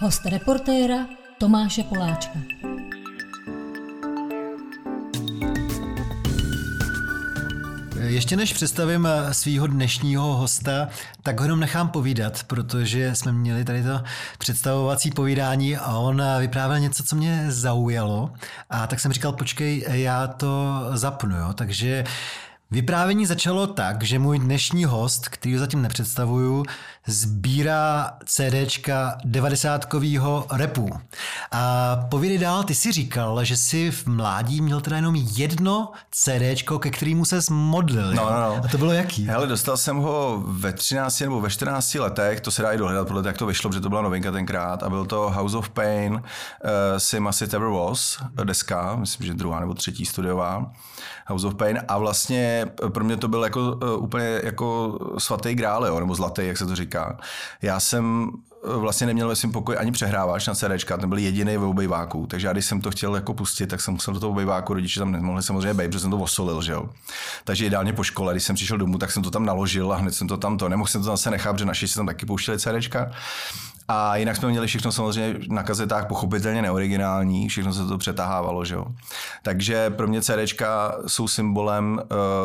Host reportéra Tomáše Poláčka. Ještě než představím svýho dnešního hosta, tak ho jenom nechám povídat, protože jsme měli tady to představovací povídání a on vyprávěl něco, co mě zaujalo. A tak jsem říkal, počkej, já to zapnu. Jo? Takže vyprávění začalo tak, že můj dnešní host, který ho zatím nepředstavuju, sbírá CDčka 90kovýho rapu. A povídej dál, ty si říkal, že jsi v mládí měl teda jenom jedno CDčko, ke kterému ses modlil. No. A to bylo jaký? Hele, dostal jsem ho ve 13 nebo ve 14 letech, to se dá i dohledat, podle toho, jak to vyšlo, protože to byla novinka tenkrát, a byl to House of Pain, Same As It Ever Was, deska, myslím, že druhá nebo třetí studiová, House of Pain, a vlastně pro mě to byl jako úplně jako svatý grál, jo, nebo zlatý, jak se to říká. Já jsem vlastně neměl ve svém pokoji ani přehrávač na CDčka, ten byl jediný ve obejváku, takže já když jsem to chtěl jako pustit, tak jsem musel do toho obejváku, rodiče tam nemohli samozřejmě být, protože jsem to osolil, že jo. Takže ideálně po škole, když jsem přišel domů, tak jsem to tam naložil a hned jsem to tam nemohl jsem to zase nechat, protože naši si tam taky pouštěli CDčka. A jinak jsme měli všechno samozřejmě na kazetách pochopitelně neoriginální, všechno se to přetahávalo, že jo. Takže pro mě CDčka jsou symbolem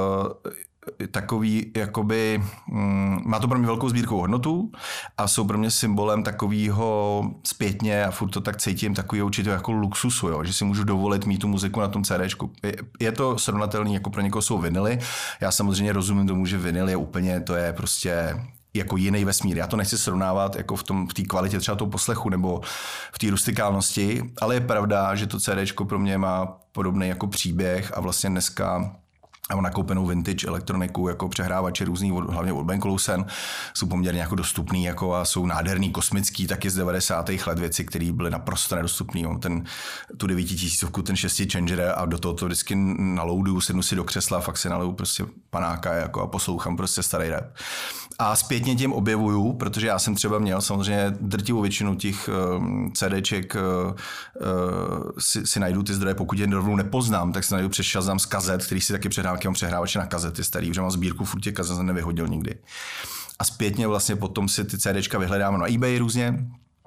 takový, jakoby, má to pro mě velkou sbírkovou hodnotu a jsou pro mě symbolem takového zpětně, a furt to tak cítím, takový určitě jako luxusu, jo, že si můžu dovolit mít tu muziku na tom CDčku. Je to srovnatelný, jako pro někoho jsou vinily. Já samozřejmě rozumím tomu, že vinyl je úplně, to je prostě jako jiný vesmír. Já to nechci srovnávat jako v té kvalitě třeba toho poslechu nebo v té rustikálnosti, ale je pravda, že to CDčko pro mě má podobný jako příběh a vlastně dneska a nakoupenou vintage elektroniku, jako přehrávače různý, hlavně od Ben Closen, jsou poměrně jako dostupný jako a jsou nádherný, kosmický, taky z 90. let věci, které byly naprosto nedostupný. Tu 9000, ten 6 changer a do toho to vždycky nalouduju, sednu si do křesla, fakt si naliju prostě panáka jako a poslouchám prostě starý rap. A zpětně tím objevuju, protože já jsem třeba měl samozřejmě drtivou většinu těch CDček si najdu ty zdroje, pokud je rovnou nepoznám, tak si najdu přes Shazam z kazet, který si taky mám přehrávače na kazety starý, protože mám sbírku, furt těch kazet jsem nevyhodil nikdy. A zpětně vlastně potom si ty CDčka vyhledávám na eBay různě.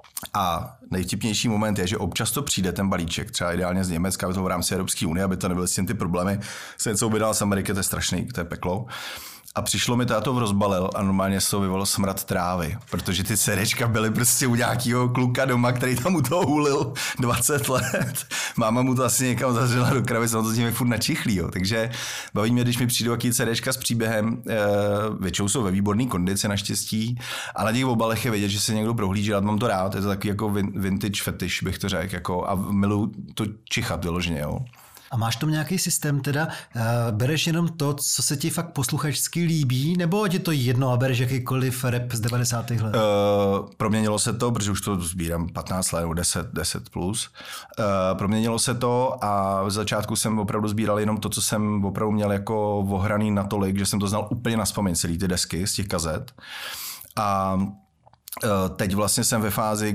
A nejvtipnější moment je, že občas to přijde ten balíček, třeba ideálně z Německa, v rámci Evropské unie, aby to nebyly s tím ty problémy. Se něco objednal z Ameriky, to je strašný, to je peklo. A přišlo mi to vyzbalil a normálně se to vyvolalo smrad trávy, protože ty CDčka byly prostě u nějakého kluka doma, který tam u toho hulil 20 let. Máma mu to asi někam zavřela do krabice, on to tím je furt načichlý, jo. Takže baví mě, když mi přijdou jaký CDčka s příběhem, většinou jsou ve výborné kondici naštěstí, a na těch obalech je vidět, že se někdo prohlížel, a mám to rád, je to takový jako vintage fetish, bych to řekl, jako, a miluji to čichat vyloženě, jo. A máš tam nějaký systém, teda bereš jenom to, co se ti fakt posluchačsky líbí, nebo je to jedno a bereš jakýkoliv rap z 90. let? Proměnilo se to, protože už to sbírám 15 let nebo 10 plus. Proměnilo se to a v začátku jsem opravdu sbíral jenom to, co jsem opravdu měl jako ohraný natolik, že jsem to znal úplně naspaměť, celý ty desky z těch kazet. A teď vlastně jsem ve fázi,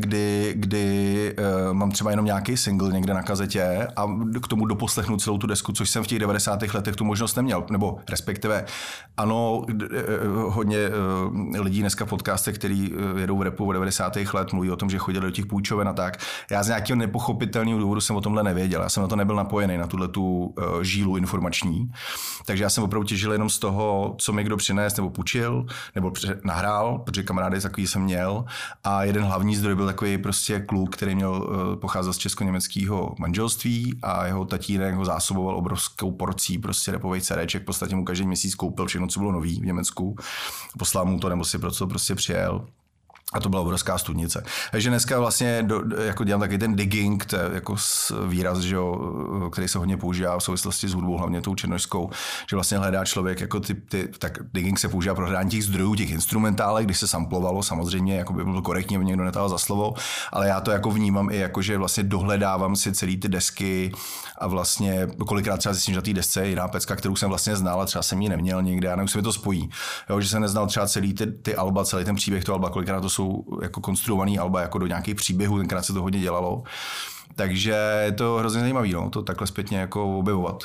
kdy mám třeba jenom nějaký single někde na kazetě a k tomu doposlechnu celou tu desku, což jsem v těch 90. letech tu možnost neměl, nebo respektive ano, hodně lidí dneska v podcastech, který jedou v rapu od 90. let, mluví o tom, že chodili do těch půjčoven a tak. Já z nějakého nepochopitelného důvodu jsem o tomhle nevěděl, já jsem na to nebyl napojený, na tuhletu žílu informační, takže já jsem opravdu těžil jenom z toho, co mi kdo přines nebo půjčil, nebo nahrál, protože kamarády takový jsem měl. A jeden hlavní zdroj byl takový prostě kluk, který pocházel z česko-německého manželství a jeho tatínek ho zásoboval obrovskou porcí prostě rapových CDček, v podstatě mu každý měsíc koupil všechno, co bylo nový v Německu, poslal mu to nebo si pro to prostě přijel. A to byla obrovská studnice. Takže dneska vlastně jako dělám taky ten digging, to je jako výraz, že jo, který se hodně používá v souvislosti s hudbou, hlavně tou černošskou, že vlastně hledá člověk, jako tak digging se používá pro hledání těch zdrojů, těch instrumentálek, když se samplovalo, samozřejmě, jako by bylo korektně, aby někdo netával za slovo, ale já to jako vnímám i jako, že vlastně dohledávám si celý ty desky a vlastně kolikrát třeba zjistím, že na té desce je jiná pecka, kterou jsem vlastně znal, a třeba jsem ji neměl někde, a už se mi to spojí. Jo, že jsem neznal třeba celý ty alba, celý ten příběh toho alba, kolikrát to jsou jako konstruovaný alba jako do nějakých příběhů, tenkrát se to hodně dělalo. Takže je to hrozně zajímavé, no, to takhle zpětně jako objevovat.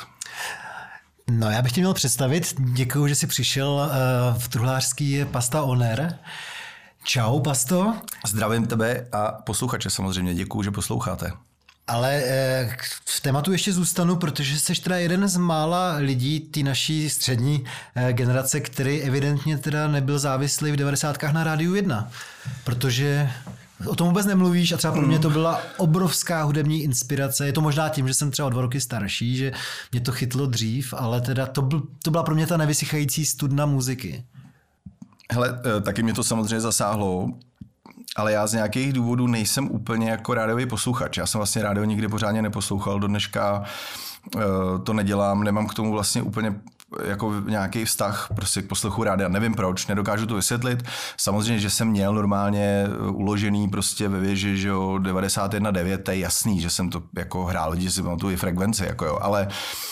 No, já bych tě měl představit, děkuju, že jsi přišel v truhlářský Pasta On Air. Čau, Basto. Zdravím tebe a posluchače samozřejmě, děkuju, že posloucháte. Ale v tématu ještě zůstanu, protože jsi teda jeden z mála lidí ty naší střední generace, který evidentně teda nebyl závislý v 90kách na Rádiu 1. Protože o tom vůbec nemluvíš a třeba pro mě to byla obrovská hudební inspirace. Je to možná tím, že jsem třeba o 2 roky starší, že mě to chytlo dřív, ale teda to byla pro mě ta nevysychající studna muziky. Hele, taky mě to samozřejmě zasáhlo, ale já z nějakých důvodů nejsem úplně jako rádiový posluchač. Já jsem vlastně rádio nikdy pořádně neposlouchal, do dneška to nedělám, nemám k tomu vlastně úplně jako nějaký vztah prostě k poslechu rádia. Nevím proč, nedokážu to vysvětlit. Samozřejmě, že jsem měl normálně uložený prostě ve věži, že jo, 91.9, to je jasný, že jsem to jako hrál, lidi si pamatují frekvenci, jako jo, ale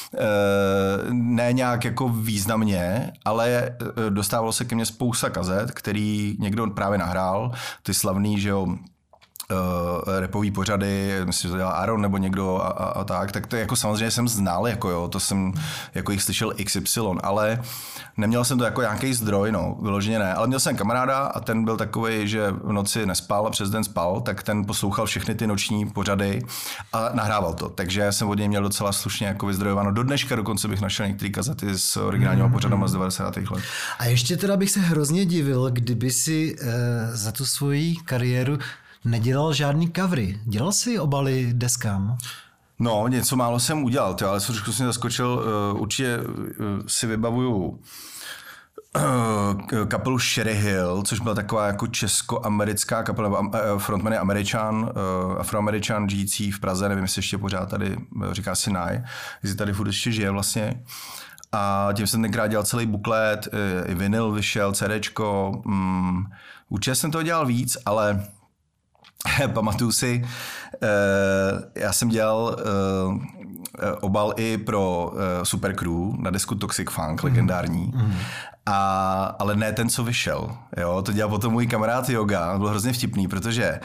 ne nějak jako významně, ale dostávalo se ke mně spousta kazet, který někdo právě nahrál, ty slavný, že jo, rapový pořady, myslím, že to dělal Aaron nebo někdo a tak to jako samozřejmě jsem znal, jako jo, to jsem jako jich slyšel XY, ale neměl jsem to jako nějaký zdroj, no, vyloženě ne, ale měl jsem kamaráda a ten byl takovej, že v noci nespal a přes den spal, tak ten poslouchal všechny ty noční pořady a nahrával to, takže jsem od něj měl docela slušně jako vyzdrojováno. Do dneška dokonce bych našel některé kazety s originálního pořadama z 90. let. A ještě teda bych se hrozně divil, kdyby si za tu svoji kariéru nedělal žádný covery. Dělal jsi obaly deskám? No, něco málo jsem udělal, ale trošku jsem zaskočil. Určitě si vybavuju kapelu Sherry Hill, což byla taková jako česko-americká kapela, frontman je Američan, afroameričan žijící v Praze, nevím, jestli ještě pořád tady říká Sinai, jestli tady furt ještě žije vlastně. A tím jsem tenkrát dělal celý buklet, i vinyl vyšel, CDčko. Určitě jsem toho dělal víc, ale pamatuju si, já jsem dělal obal i pro Supercrew na desku Toxic Funk, legendární, ale ne ten, co vyšel. Jo? To dělal potom můj kamarád Yoga, byl hrozně vtipný, protože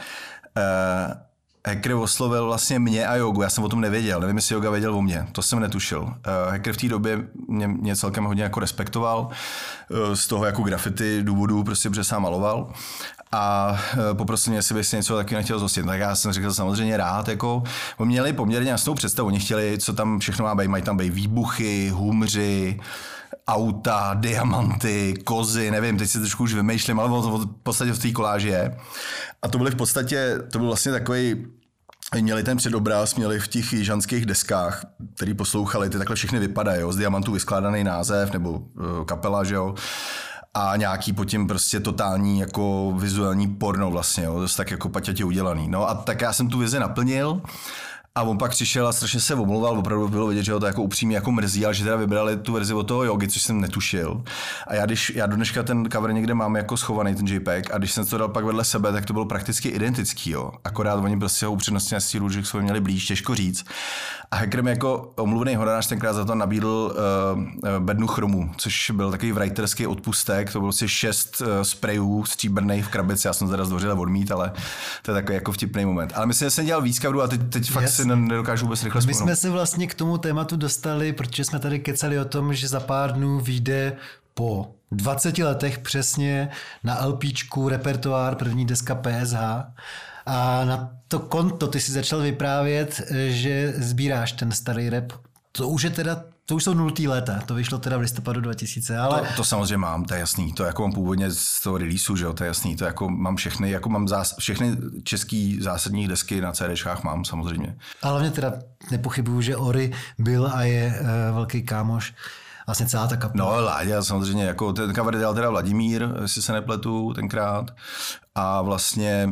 Hacker oslovil vlastně mě a Jogu, já jsem o tom nevěděl, nevím, jestli Yoga věděl o mě, to jsem netušil. Hacker v té době mě celkem hodně jako respektoval, z toho jako graffiti důvodů, prostě protože sám maloval. A poprosil mě, jestli bych si něco taky nechtěl zhostit. Tak já jsem řekl samozřejmě rád, jako měli poměrně jasnou představu, oni chtěli, co tam všechno má být, mají tam být výbuchy, humři, auta, diamanty, kozy, nevím, teď si trošku už vymýšlím, ale v podstatě v té koláži je. A to byly v podstatě, to byl vlastně takový, měli ten předobraz, měli v těch jižanských deskách, který poslouchali, ty takhle všechny vypadají, jo, z diamantů vyskládaný název, nebo kapela, že jo. A nějaký pod tím prostě totální jako vizuální porno vlastně, jo, to tak jako paťatě udělaný. No a tak já jsem tu vizi naplnil a on pak přišel a strašně se omlouval, opravdu bylo vidět, že ho to jako upřímně jako mrzí, ale že teda vybrali tu verzi od toho Jogy, což jsem netušil. A já do dneška ten cover někde mám jako schovaný, ten JPEG, a když jsem to dal pak vedle sebe, tak to bylo prakticky identický, jo. Akorát oni prostě ho upřednostně sílu, že jsme měli blíž, těžko říct. A Hacker mi jako omluvený honorář tenkrát za to nabídl bednu chromu, což byl takový writerský odpustek, to bylo asi 6 sprejů stříbrných v krabici, já jsem teda zdvořile odmít, ale to je takový jako vtipný moment. Ale myslím, že jsem dělal víc coverů a teď fakt si nedokážu vůbec rychle vzpomenout. My jsme se vlastně k tomu tématu dostali, protože jsme tady kecali o tom, že za pár dnů vyjde po 20 letech přesně na LPčku repertoár první deska PSH. A na to konto ty si začal vyprávět, že sbíráš ten starý rap. To už jsou 0. léta, to vyšlo teda v listopadu 2000, ale... To samozřejmě mám, to je jasný, to jako mám původně z toho releaseu, že jo, to je jasný, to jako mám všechny, všechny český zásadní desky na CDčkách mám samozřejmě. Ale hlavně teda nepochybuju, že Ori byl a je velký kámoš. Vlastně celá ta kapela. No, Láďa samozřejmě, jako ten cover dělal teda Vladimír, jestli se nepletu tenkrát, a vlastně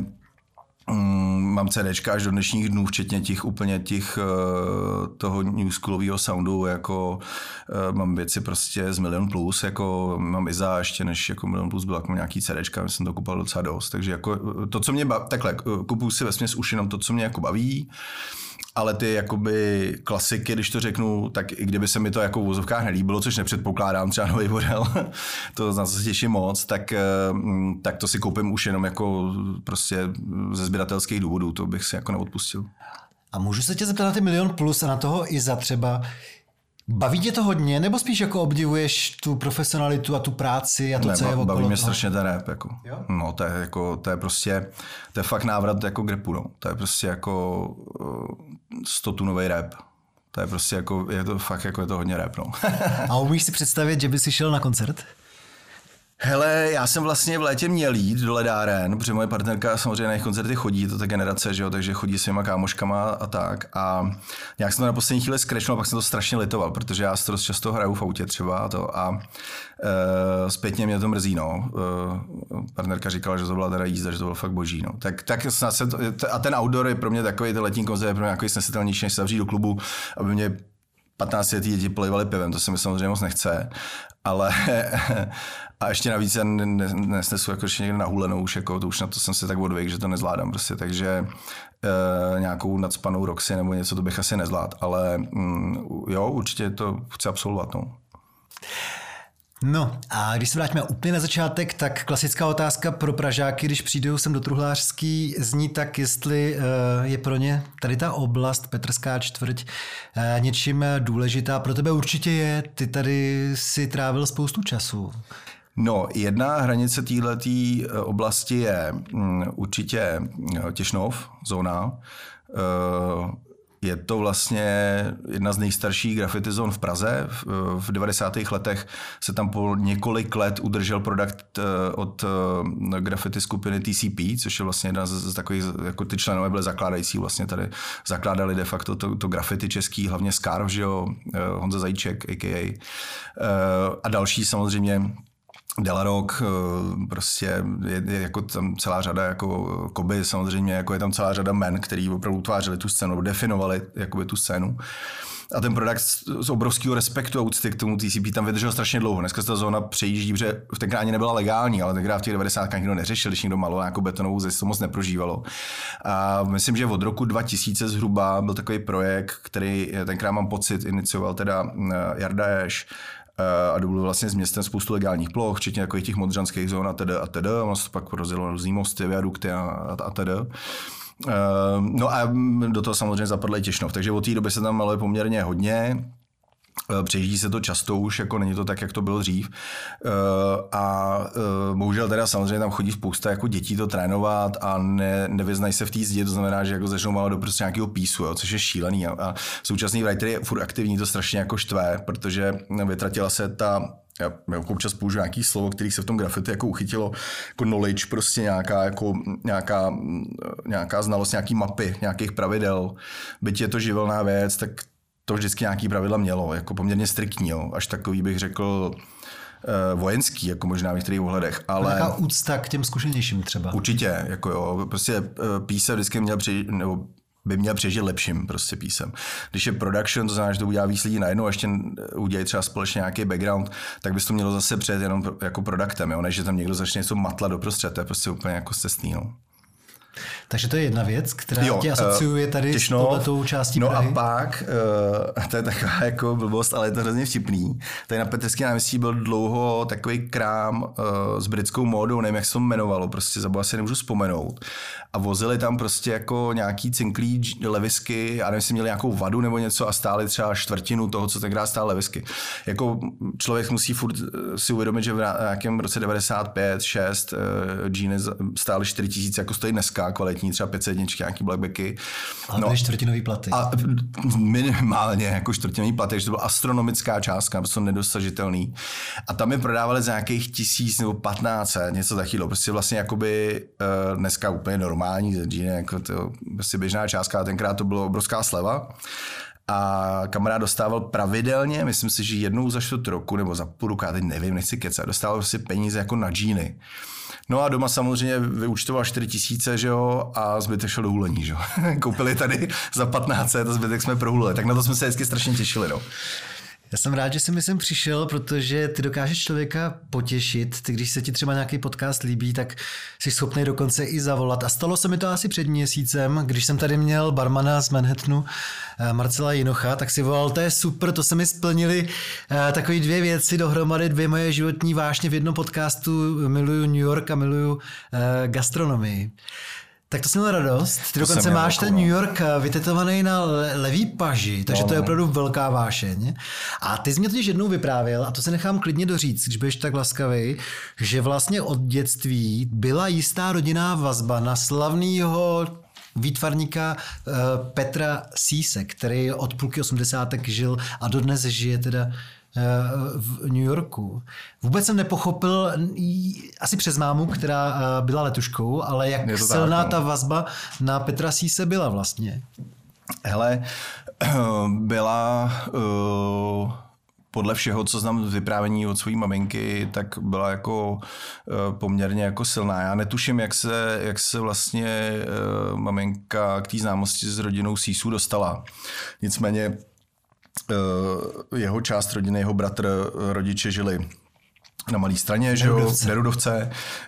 mám CDčka až do dnešních dnů, včetně těch toho newschoolového soundu, jako mám věci prostě z Milion Plus, jako mám Iza, ještě než jako Milion Plus byl jako nějaký CDčka, jsem to kupoval docela dost, takže jako to, co mě baví, takhle, kupuju si vesměs už jenom to, co mě jako baví, ale ty jakoby klasiky, když to řeknu, tak i kdyby se mi to jako v vozovkách nelíbilo, což nepředpokládám, třeba Nový Bordel, to na to se těším moc, tak to si koupím už jenom jako prostě ze sběratelských důvodů, to bych si jako neodpustil. A můžu se tě zeptat na ty Milion Plus a na toho Iza třeba, Baví tě to hodně, nebo spíš jako obdivuješ tu profesionalitu a tu práci a to, co je okolo baví mě toho? strašně ten rap, jako. No, to je prostě, to je fakt návrat jako k rapu, no. To je prostě jako 100tunový rap. To je prostě jako, je to fakt jako, je to hodně rap, no. A umíš si představit, že by si šel na koncert? Hele, já jsem vlastně v létě měl jít do ledáren, protože moje partnerka samozřejmě na jejich koncerty chodí, to ta generace, že jo, takže chodí s svýma kámoškama a tak. A nějak jsem to na poslední chvíli scratchnul, pak jsem to strašně litoval, protože já to dost často hraju v autě třeba a to. A zpětně mě to mrzí, no. Partnerka říkala, že to byla teda jízda, že to bylo fakt boží, no. Tak snad se to, a ten outdoor je pro mě takový, ten letní koncert je pro mě takový snesitelnější, než se zavřít do klubu, aby mě 15letí děti polivali pivem, to se mi samozřejmě moc nechce, ale a ještě navíc já nesnesu jako ještě někde na hulenou už, jako, to už na to jsem se tak odvyk, že to nezvládám prostě, takže nějakou nadspanou Roxy nebo něco to bych asi nezvlád, ale jo, určitě to chci absolvovat, no. No a když se vrátíme úplně na začátek, tak klasická otázka pro Pražáky, když přijdou sem do Truhlářský, zní tak, jestli je pro ně tady ta oblast, Petrská čtvrť, něčím důležitá. Pro tebe určitě je, ty tady si trávil spoustu času. No, jedna hranice této oblasti je určitě Těšnov, zóna. Je to vlastně jedna z nejstarších graffiti zón v Praze. V 90. letech se tam po několik let udržel produkt od graffiti skupiny TCP, což je vlastně jedna z takových, jako ty členové byly zakládající, vlastně tady zakládali de facto to graffiti český, hlavně Scarf, že jo, Honza Zajíček, a.k.a. A další samozřejmě Delarok, prostě je jako tam celá řada jako Koby samozřejmě, jako je tam celá řada men, který opravdu utvářeli tu scénu, definovali jakoby tu scénu. A ten produkt z obrovského respektu a úcty k tomu TCP tam vydržel strašně dlouho. Dneska se ta zóna přejíždí, protože tenkrát ani nebyla legální, ale tenkrát v těch 90. nikdo neřešil, když někdo maloval nějakou betonovou zeď, to moc neprožívalo. A myslím, že od roku 2000 zhruba byl takový projekt, který tenkrát mám pocit inicioval teda Jarda Ješ, a dobil vlastně s městem spoustu legálních ploch, včetně takových těch modřanských zón a tedy. Ono se to pak rozdělilo na různý mosty, viadukty a tedy. No a do toho samozřejmě zapadl i Těšnov, takže od té doby se tam maluje poměrně hodně. Přejíždí se to často už, jako není to tak, jak to bylo dřív. A bohužel teda samozřejmě tam chodí spousta jako dětí to trénovat a nevyznají se v té zdi, to znamená, že jako začnou málo do prostě nějakého písu, jo, což je šílený. A současný writer je furt aktivní, to strašně jako štve, protože vytratila se ta, já občas použiju nějaký slovo, který se v tom graffiti jako uchytilo, jako knowledge, prostě nějaká znalost, nějaký mapy, nějakých pravidel. Byť je to živelná věc, tak to vždycky nějaký pravidla mělo, jako poměrně striktní, jo, až takový bych řekl vojenský, jako možná v některých ohledech, ale... Nějaká úcta k těm zkušenějším třeba. Určitě, jako jo, prostě píse vždycky by měl přežít lepším prostě písem. Když je production, to znamená, že to udělá víc lidí najednou a ještě udělají třeba společně nějaký background, tak bys to mělo zase přejet jenom jako produktem, jo, než že tam někdo začne něco matlat doprostřed, to je prostě úplně jako cestný, no. Takže to je jedna věc, která tě asociuje tady Těšnov, s touhletou částí Prahy. No a pak, to je taková jako blbost, ale je to hrozně vtipný. Tady na Petrském náměstí byl dlouho takový krám s britskou módou, nevím, jak se to jmenovalo, prostě za boha si nemůžu vzpomenout. A vozili tam prostě jako nějaký cinklý levisky, já nevím, jestli měli nějakou vadu nebo něco a stáli třeba čtvrtinu toho, co tenkrát stály levisky. Jako člověk musí furt si uvědomit, že v nějakém roce 95-6 džíny stály 4 000, jako stojí dneska, kvalitní, třeba 500 nějaký blackbacky. Ale byly čtvrtinový platy. A minimálně jako čtvrtinový platy, takže to byla astronomická částka, prostě nedosažitelný. A tam je prodávali za nějakých 1000 nebo 1500, něco takového. Prostě vlastně jakoby dneska úplně normální džíny, jako to prostě běžná částka, a tenkrát to bylo obrovská sleva. A kamarád dostával pravidelně, myslím si, že jednou za 4 roku nebo za půl roku, já teď nevím, nechci kecat, dostával prostě peníze jako na džíny. No a doma samozřejmě vyúčtoval 4 000, že jo, a zbytek šel do hulení, že jo. Koupili tady za 1500 a zbytek jsme prohulili, tak na to jsme se vždycky strašně těšili, no. Já jsem rád, že jsi mi sem přišel, protože ty dokážeš člověka potěšit. Ty, když se ti třeba nějaký podcast líbí, tak jsi schopný dokonce i zavolat. A stalo se mi to asi před měsícem, když jsem tady měl barmana z Manhattanu, Marcela Jinocha, tak si volal, to je super, to se mi splnili takové 2 věci dohromady, 2 moje životní vášně v jednom podcastu. Miluju New York a miluju gastronomii. Tak to jsem měl radost. Ty To dokonce máš ten New York vytetovaný na levý paži, takže to je opravdu velká vášeň. A ty jsi mě totiž jednou vyprávěl, a to se nechám klidně doříct, když budeš tak laskavý, že vlastně od dětství byla jistá rodinná vazba na slavného výtvarníka Petra Síse, který od půlky 80. žil a dodnes žije teda v New Yorku. Vůbec jsem nepochopil, asi přes mámu, která byla letuškou, ale jak silná ta vazba na Petra Síse byla vlastně. Hele, byla podle všeho, co znám z vyprávění od své maminky, tak byla jako poměrně jako silná. Já netuším, jak se vlastně maminka k té známosti s rodinou Sísů dostala. Nicméně jeho část rodiny, jeho bratr, rodiče žili na Malé Straně, že jo, v Nerudovce.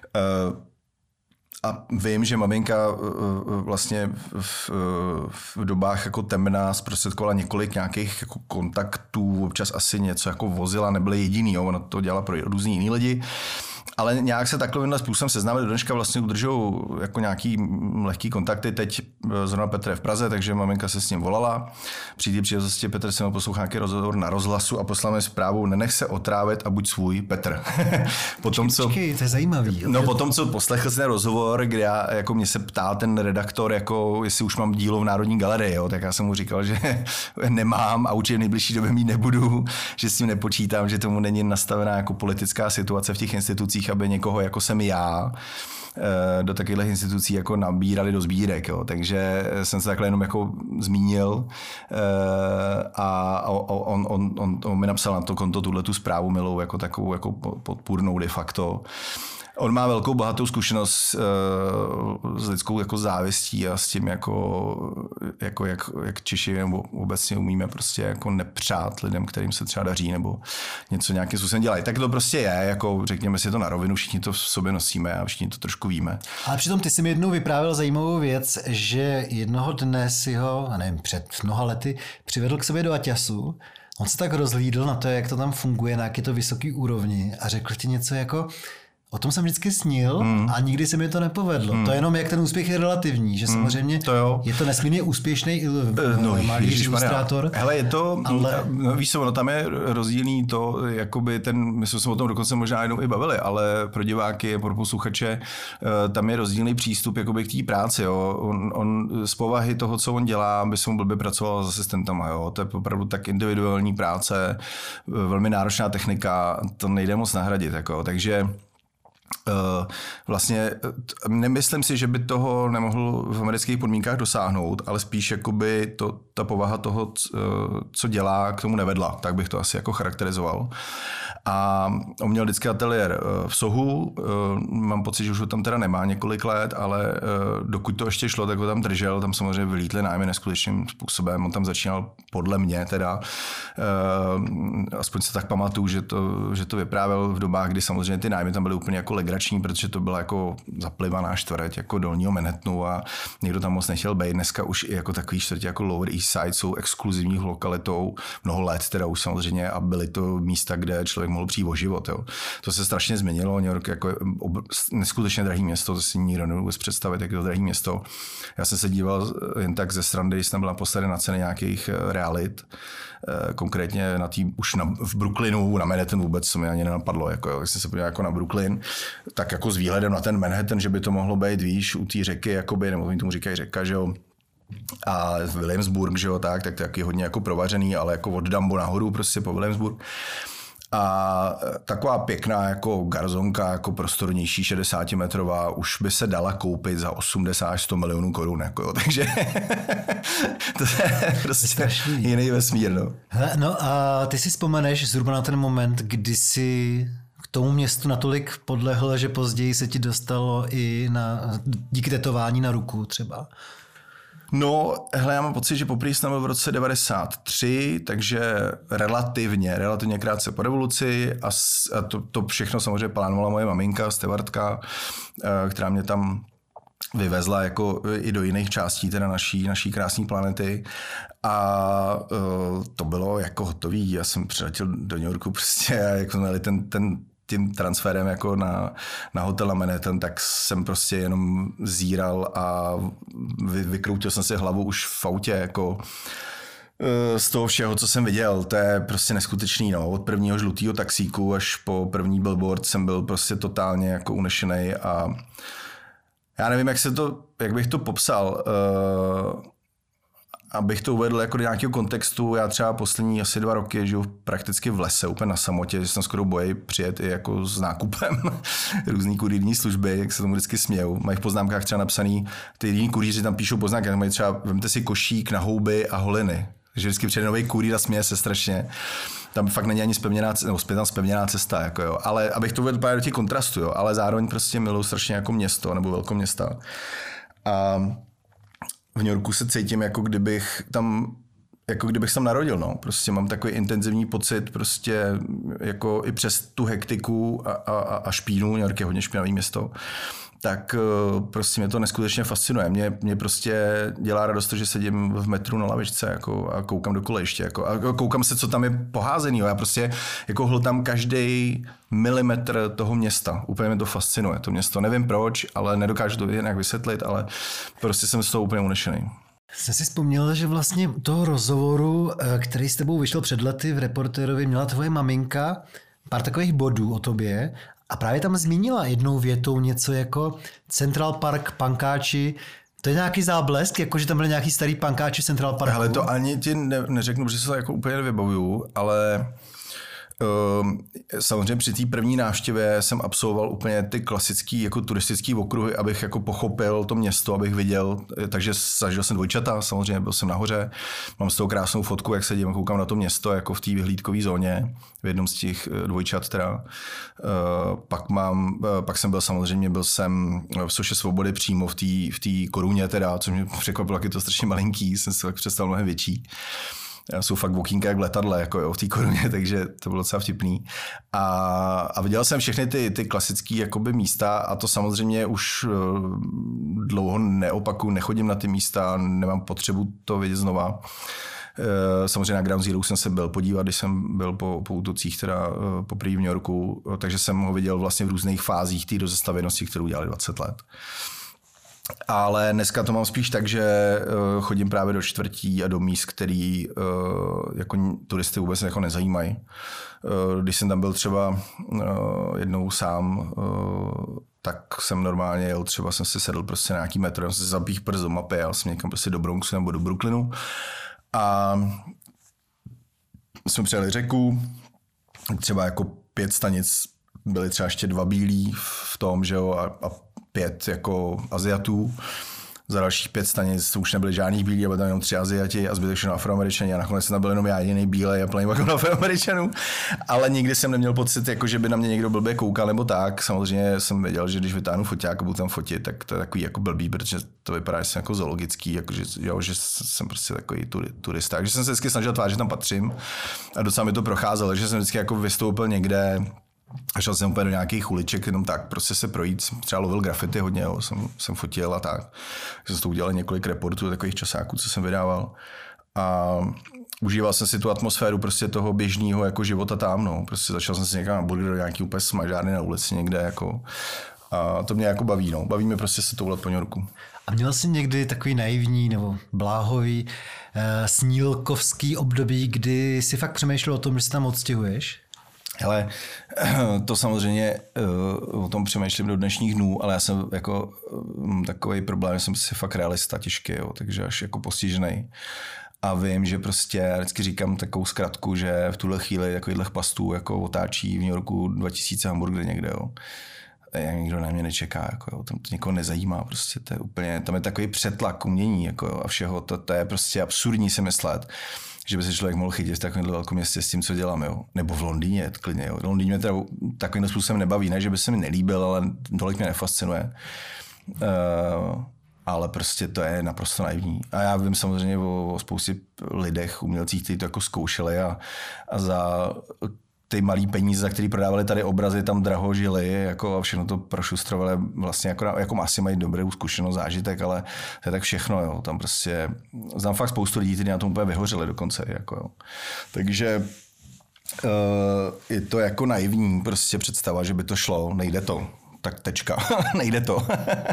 A vím, že maminka vlastně v dobách jako temna zprostředkovala několik nějakých jako kontaktů, občas asi něco jako vozila, nebyly jediný, jo, ona to dělala pro různý jiný lidi. Ale nějak se takovým způsobem seznámili, do dneška vlastně udržou jako nějaký lehký kontakty. Teď zrovna Petr je v Praze, takže maminka se s ním volala. Při té příležitosti Petr se mnou poslouchal nějaký rozhovor na Rozhlasu a poslal mi zprávu: nenech se otrávit a buď svůj, Petr. Počkej, to je zajímavý. No potom, co poslechl jsem ten rozhovor, kde jako mě se ptal ten redaktor, jako jestli už mám dílo v Národní galerii, jo, tak já jsem mu říkal, že nemám a určitě v nejbližší době mít nebudu, že s tím nepočítám, že tomu není nastavená jako politická situace v těch institucích, aby někoho jako jsem já do takových institucí jako nabírali do sbírek. Jo. Takže jsem se takhle jenom jako zmínil a on mi napsal na to konto tuhletu zprávu milou jako takovou jako podpůrnou de facto. On má velkou bohatou zkušenost s lidskou jako závistí a s tím, jak Češi obecně umíme prostě jako nepřát lidem, kterým se třeba daří nebo něco nějakým způsobem dělají. Tak to prostě je, jako řekněme si to na rovinu, všichni to v sobě nosíme a všichni to trošku víme. Ale přitom ty jsi mi jednou vyprávěl zajímavou věc, že jednoho dne si ho, nevím, před mnoha lety přivedl k sobě do Aťasu. On se tak rozhlídl na to, jak to tam funguje, na jaké to vysoký úrovni a řekl ti něco jako: o tom jsem vždycky snil a nikdy se mi to nepovedlo. To je jenom, jak ten úspěch je relativní, že samozřejmě je to nesmírně úspěšný malý ilustrátor. Hele, je to, víš co, tam je rozdílný to, jakoby my jsme se o tom dokonce možná jednou i bavili, ale pro diváky, pro posluchače, tam je rozdílný přístup jakoby k té práci. Jo. On z povahy toho, co on dělá, by se mu blbě pracoval s asistentama. Jo. To je opravdu tak individuální práce, velmi náročná technika, to nejde moc nahradit. Jako. Takže vlastně nemyslím si, že by toho nemohl v amerických podmínkách dosáhnout, ale spíš jakoby ta povaha toho, co dělá, k tomu nevedla, tak bych to asi jako charakterizoval. A on měl vždycky ateliér v Sohu, mám pocit, že už ho tam teda nemá několik let, ale dokud to ještě šlo, tak ho tam držel, tam samozřejmě vylítly nájmy neskutečným způsobem, on tam začínal podle mě teda, aspoň se tak pamatuju, že to vyprávěl v dobách, kdy samozřejmě ty nájmy tam byly úplně jako legrační, protože to byla jako zaplivaná čtvrť jako dolního Manhattanu a někdo tam moc nechtěl být. Dneska už i jako takový čtvrtě jako Lower East Side jsou exkluzivní lokalitou mnoho let teda už samozřejmě a byly to místa, kde člověk mohl přijít o život. Jo. To se strašně změnilo. New York jako neskutečně drahý město, to si nikdo nebude představit, jak je to drahý město. Já jsem se díval jen tak ze srandy, když jsem byl naposledy na ceny nějakých realit, konkrétně v Brooklynu, na Manhattanu vůbec, co mi ani nenapadlo, jako, když jsem se podíval jako na Brooklyn, tak jako s výhledem na ten Manhattan, že by to mohlo být, víš, u té řeky, jakoby, nebo oni tomu říkají řeka, že jo, a Williamsburg, že jo, tak taky hodně jako provařený, ale jako od Dumbo nahoru prostě po Williamsburg. A taková pěkná jako garzonka, jako prostornější 60metrová, už by se dala koupit za 80-100 milionů korun. Jako, jo. Takže to je prostě jiný vesmír. No. Hele, no a ty si vzpomeneš zhruba na ten moment, kdy jsi k tomu městu natolik podlehl, že později se ti dostalo i díky tetování na ruku třeba? No, hele, já mám pocit, že poprvé jsem byl v roce 93, takže relativně krátce po revoluci a to všechno samozřejmě plánovala moje maminka, stevardka, která mě tam vyvezla jako i do jiných částí teda naší krásné planety a to bylo jako hotový. Já jsem přiletěl do New Yorku prostě a jak jsme měli ten tím transferem jako na hotel na Manhattan, tak jsem prostě jenom zíral a vykroutil jsem si hlavu už v autě, jako z toho všeho, co jsem viděl. To je prostě neskutečný, no. Od prvního žlutého taxíku až po první billboard jsem byl prostě totálně jako unešenej a já nevím, jak bych to popsal, abych to uvedl jako do nějakého kontextu. Já třeba poslední asi 2 roky žiju prakticky v lese, úplně na samotě, že jsem skoro bojí přijet i jako s nákupem různý kurýrní služby, jak se tomu vždycky smějou. Mají v poznámkách třeba napsaný, ty jiní kurýři tam píšou poznámky, mají třeba, vemte si košík na houby a holiny. Že vždycky přijde nový kurýr a směje se strašně. Tam fakt není ani zpevněná cesta, jako jo. Ale abych to uvedl do těch kontrastů, jo. Ale zároveň prostě miluji strašně jako město nebo velkoměsta. A v New Yorku se cítím, jako kdybych tam narodil, no. Prostě mám takový intenzivní pocit, prostě jako i přes tu hektiku a špínu, New York je hodně špinavý město, tak prostě mě to neskutečně fascinuje. Mě prostě dělá radost, že sedím v metru na lavičce jako, a koukám do kolejiště. Jako, a koukám se, co tam je poházený. Já prostě jako hltám každý milimetr toho města. Úplně mě to fascinuje, to město. Nevím proč, ale nedokážu to nějak vysvětlit, ale prostě jsem z toho úplně unešený. Jsi si vzpomněl, že vlastně toho rozhovoru, který s tebou vyšel před lety v Reportérovi, měla tvoje maminka pár takových bodů o tobě a právě tam zmínila jednou větou něco jako Central Park pankáči. To je nějaký záblesk, jako že tam byly nějaký starý pankáči Central Parku? Ale to ani ti neřeknu, protože se to jako úplně nevybavuju, ale samozřejmě při té první návštěvě jsem absolvoval úplně ty klasický jako turistický okruhy, abych jako pochopil to město, abych viděl, takže zažil jsem dvojčata, samozřejmě byl jsem nahoře, mám z toho krásnou fotku, jak sedím a koukám na to město jako v té vyhlídkové zóně, v jednom z těch dvojčat teda. Pak jsem byl samozřejmě, byl jsem v Soše svobody přímo v té koruně teda, což mě překvapilo, jak je to strašně malinký, jsem si tak představil mnohem větší. Jsou fakt okýnka jak v letadle, jako jo, v té koruně, takže to bylo docela vtipný. A viděl jsem všechny ty klasické jakoby místa a to samozřejmě už dlouho neopakuju, nechodím na ty místa, nemám potřebu to vidět znova. Samozřejmě na Ground Zero jsem se byl podívat, když jsem byl po útocích teda poprvé v New Yorku, takže jsem ho viděl vlastně v různých fázích té rozestavěnosti, kterou dělali 20 let. Ale dneska to mám spíš tak, že chodím právě do čtvrtí a do míst, který jako turisty vůbec jako nezajímají. Když jsem tam byl třeba jednou sám, tak jsem normálně jel, třeba jsem si sedl prostě na nějaký metro, jsem si zapích prst do mapy, jel jsem někam prostě do Bronxu nebo do Brooklynu a jsme přijeli řeku, třeba jako 5 stanic, byly třeba ještě 2 bílí v tom, že jo, a 5 jako Aziatů. Za dalších 5 stanic už nebyly žádný bílí, ale tam jenom 3 Aziati a zbytek všechno Afroameričani a nakonec tam byl jenom já jediný bílej a plný vagon Afroameričanů. Ale nikdy jsem neměl pocit, jako, že by na mě někdo blbě koukal nebo tak. Samozřejmě jsem věděl, že když vytáhnu foťák a budu tam fotit, tak to je takový jako blbý, protože to vypadá, že jsem jako zoologický, jako, že jsem prostě takový turista. Takže jsem se vždycky snažil tvářit, že tam patřím a docela mi to procházelo, že jsem vždycky jako vystoupil někde. A šel jsem úplně do nějakých uliček, jenom tak prostě se projít, třeba lovil grafity hodně, jo, jsem fotil a tak. Jsem to udělal několik reportů, takových časáků, co jsem vydával. A užíval jsem si tu atmosféru prostě toho běžného jako života tam, no. Prostě začal jsem si někam na burger do nějaký úplně smažárny na ulici někde, jako. A to mě jako baví, no. Baví mě prostě se toulet po New Yorku. A měl jsi někdy takový naivní nebo bláhový snílkovský období, kdy si fakt přemýšlel o tom, že se tam odstěhuješ? Ale to samozřejmě o tom přemýšlím do dnešních dnů, ale já jsem jako takový problém, že jsem si fakt realista těžký, jo, takže až jako postižený. A vím, že prostě já vždycky říkám takovou zkratku, že v tuhle chvíli takovýchhle pastů jako otáčí v New Yorku 2000 hamburgery někde, jo. A nikdo na mě nečeká, jako jo, tam to někoho nezajímá, prostě to je úplně, tam je takový přetlak umění, jako jo, a všeho, to je prostě absurdní si myslet, že by se člověk mohl chytit v takovémhle velkém městě s tím, co dělám, jo. Nebo v Londýně, klidně, jo. V Londýně mě teda takovým způsobem nebaví, ne, že by se mi nelíbil, ale tolik mě nefascinuje. Ale prostě to je naprosto naivní. A já vím samozřejmě o spoustě lidech, umělcích, kteří to jako zkoušeli a za ty malý peníze, za který prodávali tady obrazy, tam draho žili, jako a všechno to prošustrovali, vlastně jako asi mají dobrou zkušenost, zážitek, ale to je tak všechno, jo. Tam prostě znám fakt spoustu lidí, kteří na tom úplně vyhořeli dokonce, jako jo. Takže Je to jako naivní prostě představa, že by to šlo, nejde to. Tak tečka, nejde to.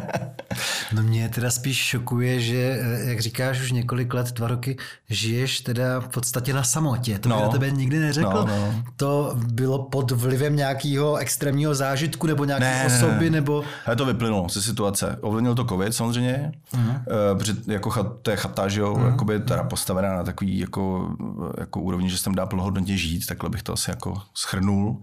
No mě teda spíš šokuje, že, jak říkáš, už několik let, 2 roky, žiješ teda v podstatě na samotě. To bych na tebe nikdy neřekl. No. To bylo pod vlivem nějakého extrémního zážitku nebo nějaké osoby, nebo... Ale to vyplynulo ze situace. Ovlivnil to covid samozřejmě, protože jako to je chata, že jo, jakoby teda postavená na takový jako úrovni, že se tam dá plnohodnotně žít, takhle bych to asi jako shrnul.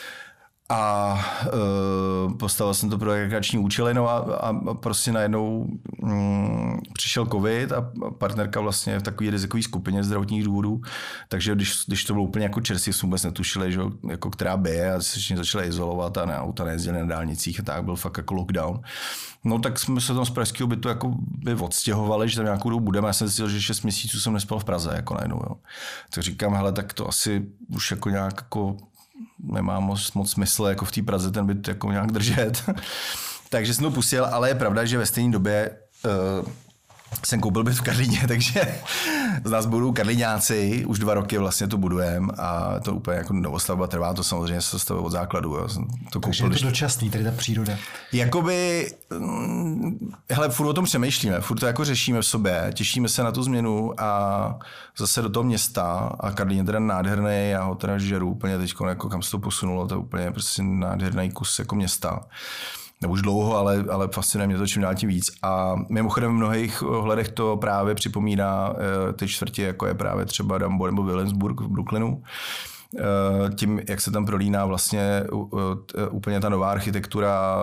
A postavil jsem to pro rekreační účely, no a prostě najednou přišel covid a partnerka vlastně v takové rizikové skupině zdravotních důvodů, takže když to bylo úplně jako čerstvě, jsme vůbec netušili, že, jako která bije a se začali izolovat a auta nejezdili na dálnicích a tak byl fakt jako lockdown. No tak jsme se tam z pražského bytu jako by odstěhovali, že tam nějakou dobu budeme. Já jsem zjistil, že 6 měsíců jsem nespal v Praze jako najednou. Jo. Tak říkám, hele, tak to asi už jako nějak jako nemá moc smysl jako v té Praze ten byt jako nějak držet. Takže jsem to pustil, ale je pravda, že ve stejné době jsem koupil byt v Karlíně, takže z nás budou karlíňáci, už 2 roky vlastně to budujeme a to úplně jako novostavba trvá, to samozřejmě se stavuje od základu. Jo. Takže je to dočasný, tady ta příroda. Jakoby, hele, furt o tom přemýšlíme, furt to jako řešíme v sobě, těšíme se na tu změnu a zase do toho města a Karlín je teda nádherný, já ho teda žeru úplně teď, jako kam se to posunulo, to je úplně prostě nádherný kus jako města. Nebo už dlouho, ale fascinuje mě to čím dál tím víc. A mimochodem v mnohých ohledech to právě připomíná ty čtvrti, jako je právě třeba Dumbo nebo Williamsburg v Brooklynu. Tím, jak se tam prolíná vlastně úplně ta nová architektura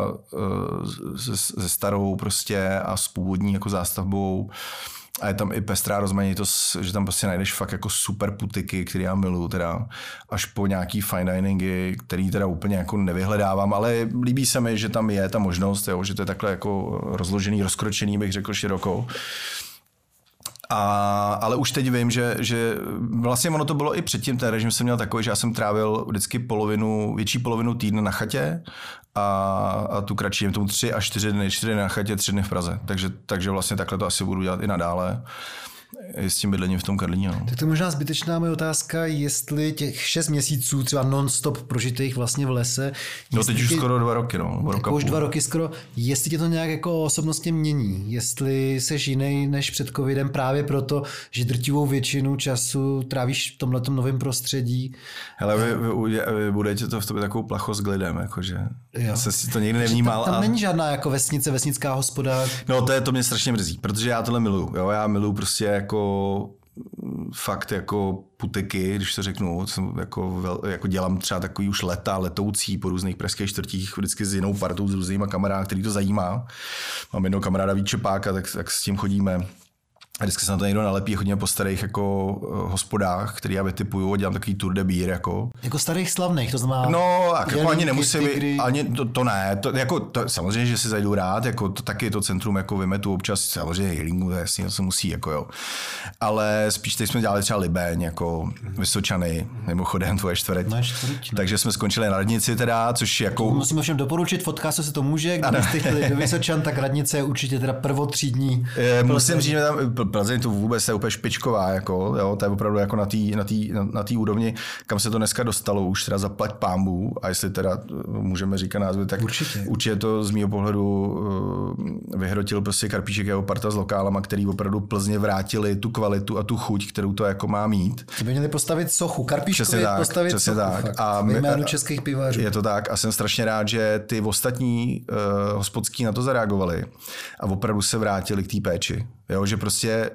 se starou prostě a s původní jako zástavbou. A je tam i pestrá rozmanitost, že tam prostě najdeš fakt jako super putiky, které já miluju teda, až po nějaký fine diningy, který teda úplně jako nevyhledávám, ale líbí se mi, že tam je ta možnost, jo, že to je takhle jako rozložený, rozkročený, bych řekl široko. Ale už teď vím, že vlastně ono to bylo i předtím, ten režim jsem měl takový, že já jsem trávil vždycky větší polovinu týdne na chatě a tu kratší, jen tomu 3 až 4 dny, 4 dny na chatě, 3 dny v Praze. Takže vlastně takhle to asi budu dělat i nadále. S tím bydlením v tom Karlíně. No. Tak to je možná zbytečná moje otázka, jestli těch 6 měsíců třeba non-stop prožitých vlastně v lese. No teď už skoro 2 roky, no. Jako už 2 roky skoro. Jestli tě to nějak jako osobnostně mění, jestli jsi jiný než před covidem právě proto, že drtivou většinu času trávíš v tomhletom novém prostředí. Hele, vy budete to v tobě takovou plachost k lidem, jakože. Já jsem si to nikdy nevnímal. Tam není žádná jako vesnice, vesnická hospoda. No to mě strašně mrzí, protože já tohle miluju. Jo? Já miluju prostě jako fakt jako putiky, když to řeknu, jako dělám třeba takový už letoucí po různých pražských čtvrtích, vždycky s jinou partou, s různýma kamarády, který to zajímá. Mám jednoho kamaráda Vít Čepáka, tak s tím chodíme. A vždycky se na to někdo nalepí, chodíme po starých jako hospodách, který já vytipuju, dělám takový tour de beer jako. Jako starých slavných, to znamená. No, jako ani nemusí být, ani to ne, samozřejmě, že si zajdu rád, jako to taky to centrum jako vymetu občas, samozřejmě healingu, to je jasný, to se musí, jako jo. Ale spíš teď jsme dělali třeba Libeň, jako Vysočany, mimochodem tvoje čtvrť. Takže jsme skončili na Radnici teda, což jako. Musíme všem doporučit, podcast se to může, kdybyste chtěli do Vysočan, tak Radnice je určitě teda prvotřídní. Musím říct, že tam Plzeň to vůbec je úplně špičková, jako, jo, to je opravdu jako na té úrovni, kam se to dneska dostalo, už teda zaplať pánbů, a jestli teda můžeme říkat názvy, tak určitě to z mýho pohledu vyhrotil prostě Karpíšek jeho parta s lokálama, který opravdu Plzně vrátili tu kvalitu a tu chuť, kterou to jako má mít. Ty by měli postavit sochu, Karpíškovi postavit přesně sochu. Tak. A jménu českých pivařů. Je to tak a jsem strašně rád, že ty ostatní hospodský na to zareagovali a opravdu se vrátili k té péči. Jo, že prostě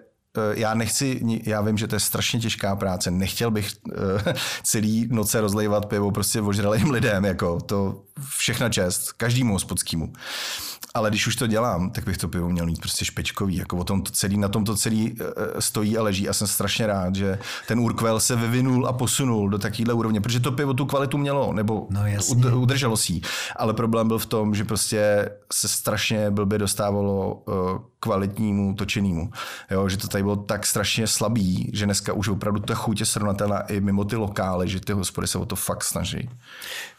já vím, že to je strašně těžká práce, nechtěl bych celý noce rozlejvat pivo prostě ožralým lidem, jako to všechna čest, každému hospodskému. Ale když už to dělám, tak bych to pivo měl mít prostě špičkový, jako na tom to celý stojí a leží a jsem strašně rád, že ten Urquell se vyvinul a posunul do takovéhle úrovně, protože to pivo tu kvalitu mělo, nebo udrželo si. Ale problém byl v tom, že prostě se strašně blbě dostávalo kvalitnímu točenému. Jo, že to tady bylo tak strašně slabý, že dneska už opravdu ta chuť je srovnatelná i mimo ty lokály, že ty hospody se o to fakt snaží.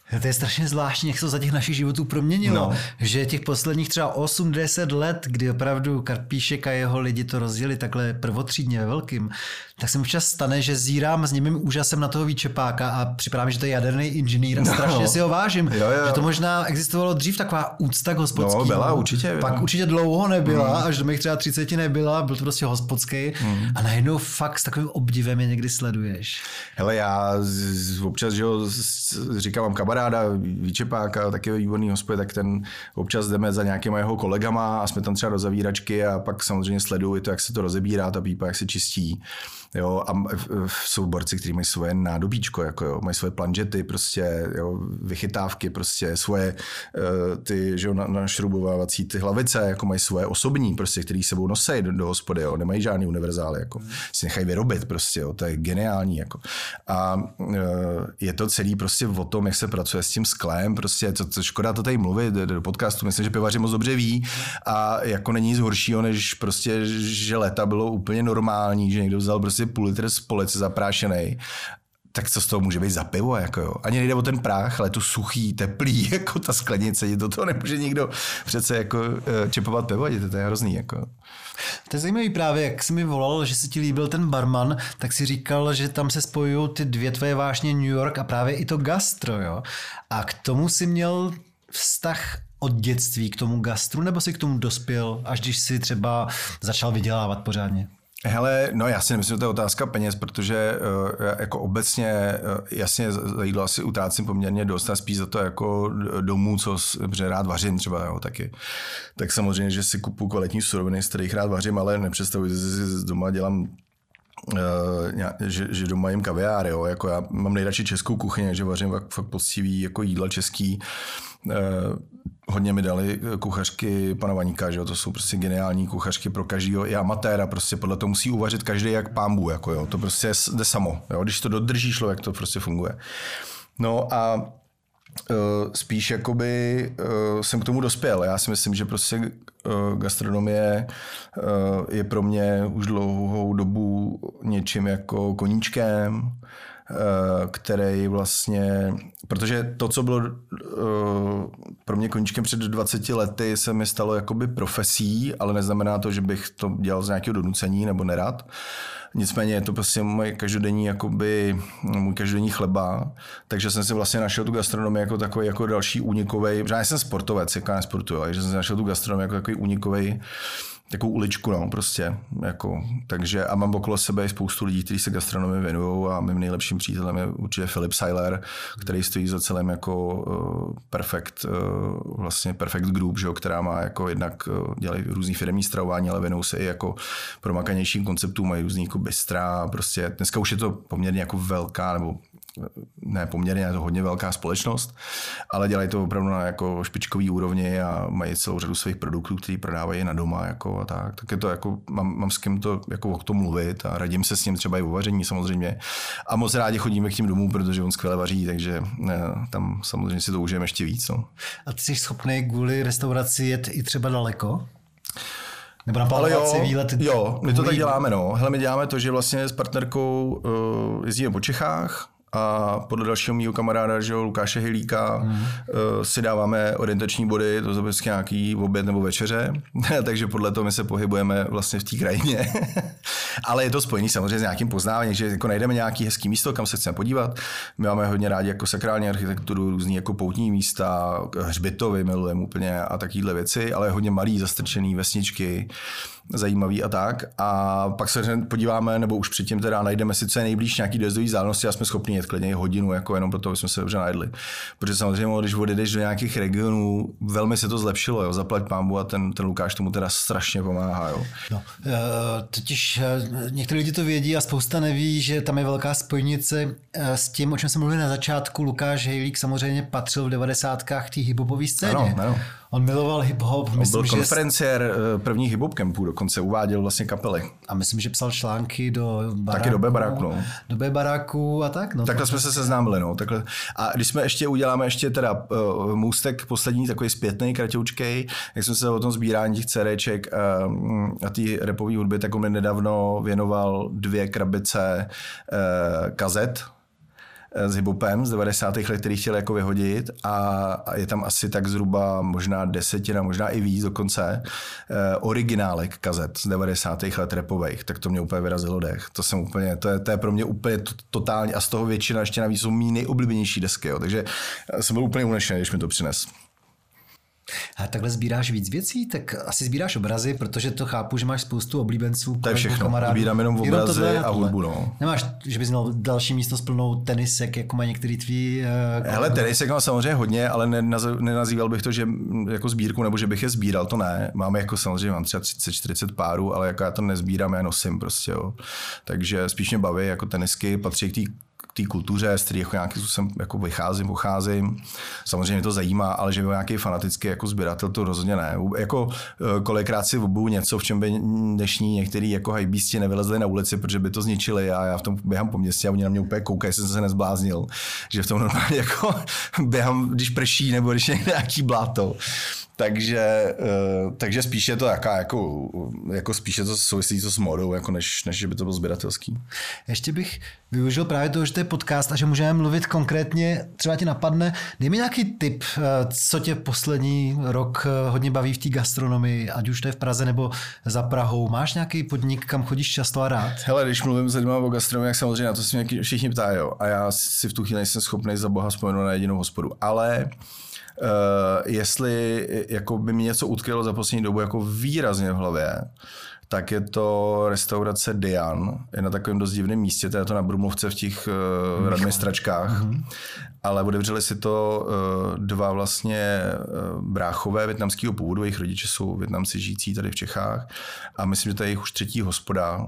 To je strašně zvláštní, jak se to za těch našich životů proměnilo. Že těch posledních třeba 8-10 let, kdy opravdu Karpíšek a jeho lidi to rozdělili takhle prvotřídně ve velkým, tak se mi včas stane, že zírám s němým úžasem na toho Výčepáka a připadá mi, že to je jaderný inženýr a strašně si ho vážím. Jo. Že to možná existovalo dřív taková úcta k hospodským. No, byla určitě. Pak určitě dlouho nebyla, až do mých třeba 30 nebyla, byl to prostě hospodský a najednou fakt s takovým obdivem je někdy sleduješ. Hele, já občas, že jo, říkám, mám kamaráda Výčepáka, taky výborný hospod, tak ten občas jdeme za nějakýma jeho kolegama a jsme tam třeba do zavíračky a pak samozřejmě sleduji to, jak se to rozebírá, ta pípa, jak se čistí. Jo, a jsou borci, kteří mají svoje nádobíčko, jako jo, mají svoje planžety, prostě, jo, vychytávky, prostě svoje ty, že jo, našrubovávací ty hlavice, jako mají svoje osobní, prostě, který sebou nosí do hospody, jo, nemají žádný univerzály, jako si nechají vyrobit, prostě, jo, to je geniální, jako. A je to celý prostě o tom, jak se pracuje s tím sklem, prostě, to škoda to tady mluvit do podcastu, myslím, že pivaři moc dobře ví a jako není nic horšího, než prostě, že leta bylo úplně normální, že někdo vzal prostě půl litr z police zaprášenej, tak co z toho může být za pivo, jako jo. Ani nejde o ten prách, ale tu suchý, teplý, jako ta sklenice, do toho nemůže nikdo přece jako čepovat pivo, to je hrozný, jako. To je zajímavý právě, jak jsi mi volal, že se ti líbil ten barman, tak si říkal, že tam se spojují ty dvě tvoje vášně New York a právě i to gastro, jo. A k tomu si měl vztah od dětství k tomu gastru, nebo si k tomu dospěl, až když si třeba začal vydělávat pořádně? Hele, no já si nemyslím, že to je otázka peněz, protože jako obecně jasně za jídlo asi utrácím poměrně dost a spíš za to jako domů, protože rád vařím třeba, jo, taky. Tak samozřejmě, že si kupuju kvalitní suroviny, z kterých rád vařím, ale nepředstavuji, že si doma dělám že doma jim kaviár, jo, jako já mám nejradši českou kuchyni, že vařím fakt poctivý jako jídla český. Hodně mi dali kuchařky pana Vaníka, že jo, to jsou prostě geniální kuchařky pro každýho, i amatéra, prostě podle toho musí uvařit každý jak pambu, jako jo, to prostě jde samo, jo, když to dodrží člověk, to prostě funguje. No a spíš jakoby jsem k tomu dospěl. Já si myslím, že prostě gastronomie je pro mě už dlouhou dobu něčím jako koníčkem, který vlastně, protože to, co bylo pro mě koníčkem před 20 lety, se mi stalo jakoby profesí, ale neznamená to, že bych to dělal z nějakého donucení nebo nerad. Nicméně je to prostě můj každodenní chleba, takže jsem si vlastně našel tu gastronomii jako takový jako další únikovej, protože já jsem sportovec, jako nesportuju, takže jsem si našel tu gastronomii jako takový únikovej, takovou uličku, no, prostě, jako, takže a mám okolo sebe spoustu lidí, kteří se gastronomii věnují a mým nejlepším přítelem je určitě Filip Seiler, který stojí za celým jako Perfect Group, že, která má jako jednak dělají různý firemní stravování, ale věnují se i jako promakanějším konceptům, mají různý jako bystra, prostě dneska už je to poměrně jako velká, nebo ne poměrně, je to hodně velká společnost, ale dělají to opravdu na jako špičkový úrovni a mají celou řadu svých produktů, který prodávají na doma jako a tak. Tak je to jako, mám s kým to jako o tom mluvit a radím se s ním třeba i o vaření samozřejmě. A moc rádi chodíme k tím domů, protože on skvěle vaří, takže tam samozřejmě si to užijeme ještě víc. No. A ty jsi schopný kvůli restauraci jet i třeba daleko? Nebo naplánovat si výlet? Jo, my to tak děláme, no. Hele, my děláme to, že vlastně s partnerkou jezdíme po Čechách, a podle dalšího mýho kamaráda, že Lukáše Hejlíka, si dáváme orientační body, to je vždycky nějaký oběd nebo večeře, takže podle toho my se pohybujeme vlastně v té krajině. Ale je to spojený samozřejmě s nějakým poznáváním, že jako najdeme nějaký hezký místo, kam se chceme podívat. My máme hodně rádi jako sakrální architekturu, různý jako poutní místa, hřbitovy milujeme úplně a takovéhle věci, ale hodně malý, zastrčený vesničky, zajímavý a tak. A pak se podíváme, nebo už předtím teda najdeme si, co je nejblíž nějaký dojezdový vzdálenosti a jsme schopni jet klidně hodinu, jako jenom proto, aby jsme se dobře najedli. Protože samozřejmě, když odjedeš do nějakých regionů, velmi se to zlepšilo, jo, zaplať pánbu a ten Lukáš tomu teda strašně pomáhá. Jo. No, totiž někteří lidi to vědí a spousta neví, že tam je velká spojnice s tím, o čem jsme mluvili na začátku. Lukáš Hejlík samozřejmě patřil v 90kách té hiphopové scéně. Ano. On miloval hip-hop. On byl konferenciér prvních hip-hop campů, dokonce uváděl vlastně kapely. A myslím, že psal články do baráku. Taky do B-baráku, no. Do B-baráku a tak, no. Takhle jsme se seznámili, no. Takhle. A když jsme uděláme ještě teda můstek poslední, takový zpětnej, kratoučkej, jak jsme se o tom sbírání těch CDček a té rapové hudby, tak on mi nedávno věnoval 2 krabice kazet, s hiphopem z 90. let, který chtěl jako vyhodit a je tam asi tak zhruba možná 10, možná i víc dokonce originálek kazet z 90. let rapových, tak to mě úplně vyrazilo dech. To je pro mě úplně totálně a z toho většina ještě navíc jsou mý nejoblíbenější desky, jo. Takže jsem byl úplně unešený, když mi to přines. A takhle sbíráš víc věcí, tak asi sbíráš obrazy, protože to chápu, že máš spoustu oblíbenců. To je všechno, sbírám jenom obrazy a hudbu. No. Nemáš, že bys měl další místnost plnou tenisek, jako mají některý tvý... Hele, tenisek mám samozřejmě hodně, ale nenazýval bych to, že jako sbírku, nebo že bych je sbíral, to ne. Máme jako samozřejmě, mám třeba 30-40 párů, ale jako já to nezbírám, já nosím prostě, jo. Takže spíš mě baví jako tenisky, patří k té kultuře, z které jako nějakým způsobem jako pocházím. Samozřejmě mě to zajímá, ale že byl nějaký fanatický jako sběratel, to rozhodně ne. Jako kolikrát si obuju něco, v čem by dnešní některý jako hajbísti nevylezli na ulici, protože by to zničili a já v tom běhám po městě a oni na mě úplně koukají, jsem se nezbláznil, že v tom normálně jako běhám, když prší nebo když je nějaký bláto. Takže spíš je to jako spíš je to souvisí to s modou, jako než že by to bylo sběratelský. Ještě bych využil právě toho, že to je podcast a že můžeme mluvit konkrétně, třeba ti napadne, dej mi nějaký tip, co tě poslední rok hodně baví v té gastronomii, ať už to je v Praze nebo za Prahou. Máš nějaký podnik, kam chodíš často a rád? Hele, když mluvím s lidmi o gastronomii, jak samozřejmě na to se mě všichni ptají, jo. A já si v tu chvíli nejsem schopný za boha vzpomenout na jedinou hospodu, ale jestli jako by mi něco utkvělo za poslední dobu jako výrazně v hlavě, tak je to restaurace Dian. Je na takovém dost divném místě, to je to na Brumlovce v těch Radmistračkách. Ale otevřeli si to dva vlastně bráchové vietnamského původu, jejich rodiče jsou Vietnamci žijící tady v Čechách a myslím, že to je jejich už třetí hospoda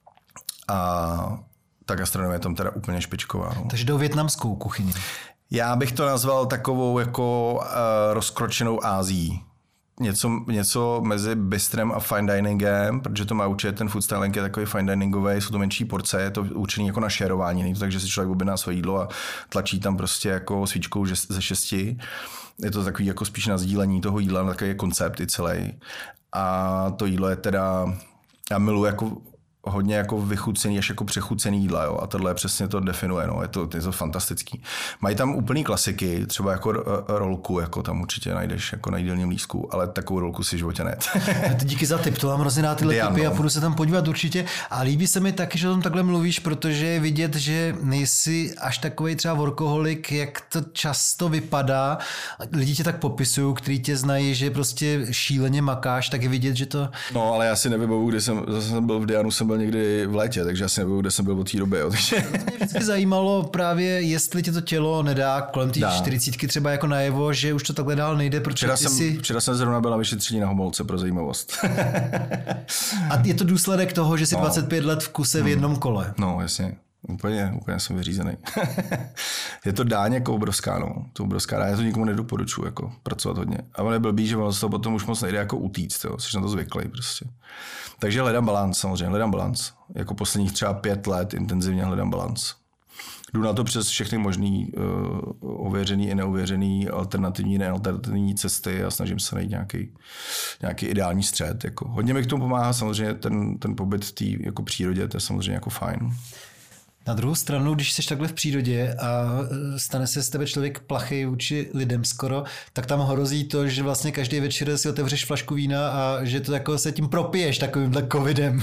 a ta gastronomie je tam teda úplně špičková. No. Takže jdou vietnamskou kuchyni. Já bych to nazval takovou jako rozkročenou Ázií. Něco mezi bistrem a fine diningem, protože to má určitě ten food styling je takový fine diningový, jsou to menší porce, je to určený jako na šerování, není to tak, že si člověk objedná své jídlo a tlačí tam prostě jako svíčkou ze 6. Je to takový jako spíš na sdílení toho jídla, takový koncept i celý. A to jídlo je teda, já miluji jako hodně jako vychucený, až jako přechucený jídla, jo? A tohle přesně to definuje, no? Je to fantastický. Mají tam úplný klasiky, třeba jako rolku, jako tam určitě najdeš jako na jídelním lístku, ale takovou rolku si v životě ne. Díky za tip, to mám hrozně rád tyhle tipy a půjdu se tam podívat určitě. A líbí se mi taky, že o tom takhle mluvíš, protože je vidět, že nejsi až takovej třeba workoholik, jak to často vypadá. Lidi tě tak popisují, kteří tě znají, že prostě šíleně makáš, tak je vidět, že to... No, ale já si nevybavu, kde jsem byl v Dianu, jsem byl někdy v létě, takže já si nevybavu, kde jsem byl od té doby. Jo, takže... Mě vždycky zajímalo právě, jestli ti to tělo nedá kolem té 40 třeba jako najevo, že už to takhle dál nejde, protože Včera jsem zrovna byl na vyšetření na Homolce pro zajímavost. A je to důsledek toho, že jsi 25 let v kuse v jednom kole. No, jasně. Úplně jsem vyřízený. Je to dáň jako obrovská, no. To obrovská dáň, já to nikomu nedoporučuji, jako pracovat hodně. A on je blbý, že ono z toho potom už moc nejde jako utíct, jo. Jsi na to zvyklý prostě. Takže hledám balanc, samozřejmě, hledám balanc. Jako posledních třeba 5 let intenzivně hledám balanc. Jdu na to přes všechny možný ověřený i neověřený, alternativní, nealternativní cesty a snažím se najít nějaký ideální střed. Jako. Hodně mi k tomu pomáhá samozřejmě ten pobyt v té jako přírodě, to je samozřejmě jako fajn. Na druhou stranu, když jsi takhle v přírodě a stane se z tebe člověk plachý vůči lidem skoro, tak tam hrozí to, že vlastně každý večer si otevřeš flašku vína a že to jako se tím propiješ takovýmhle covidem.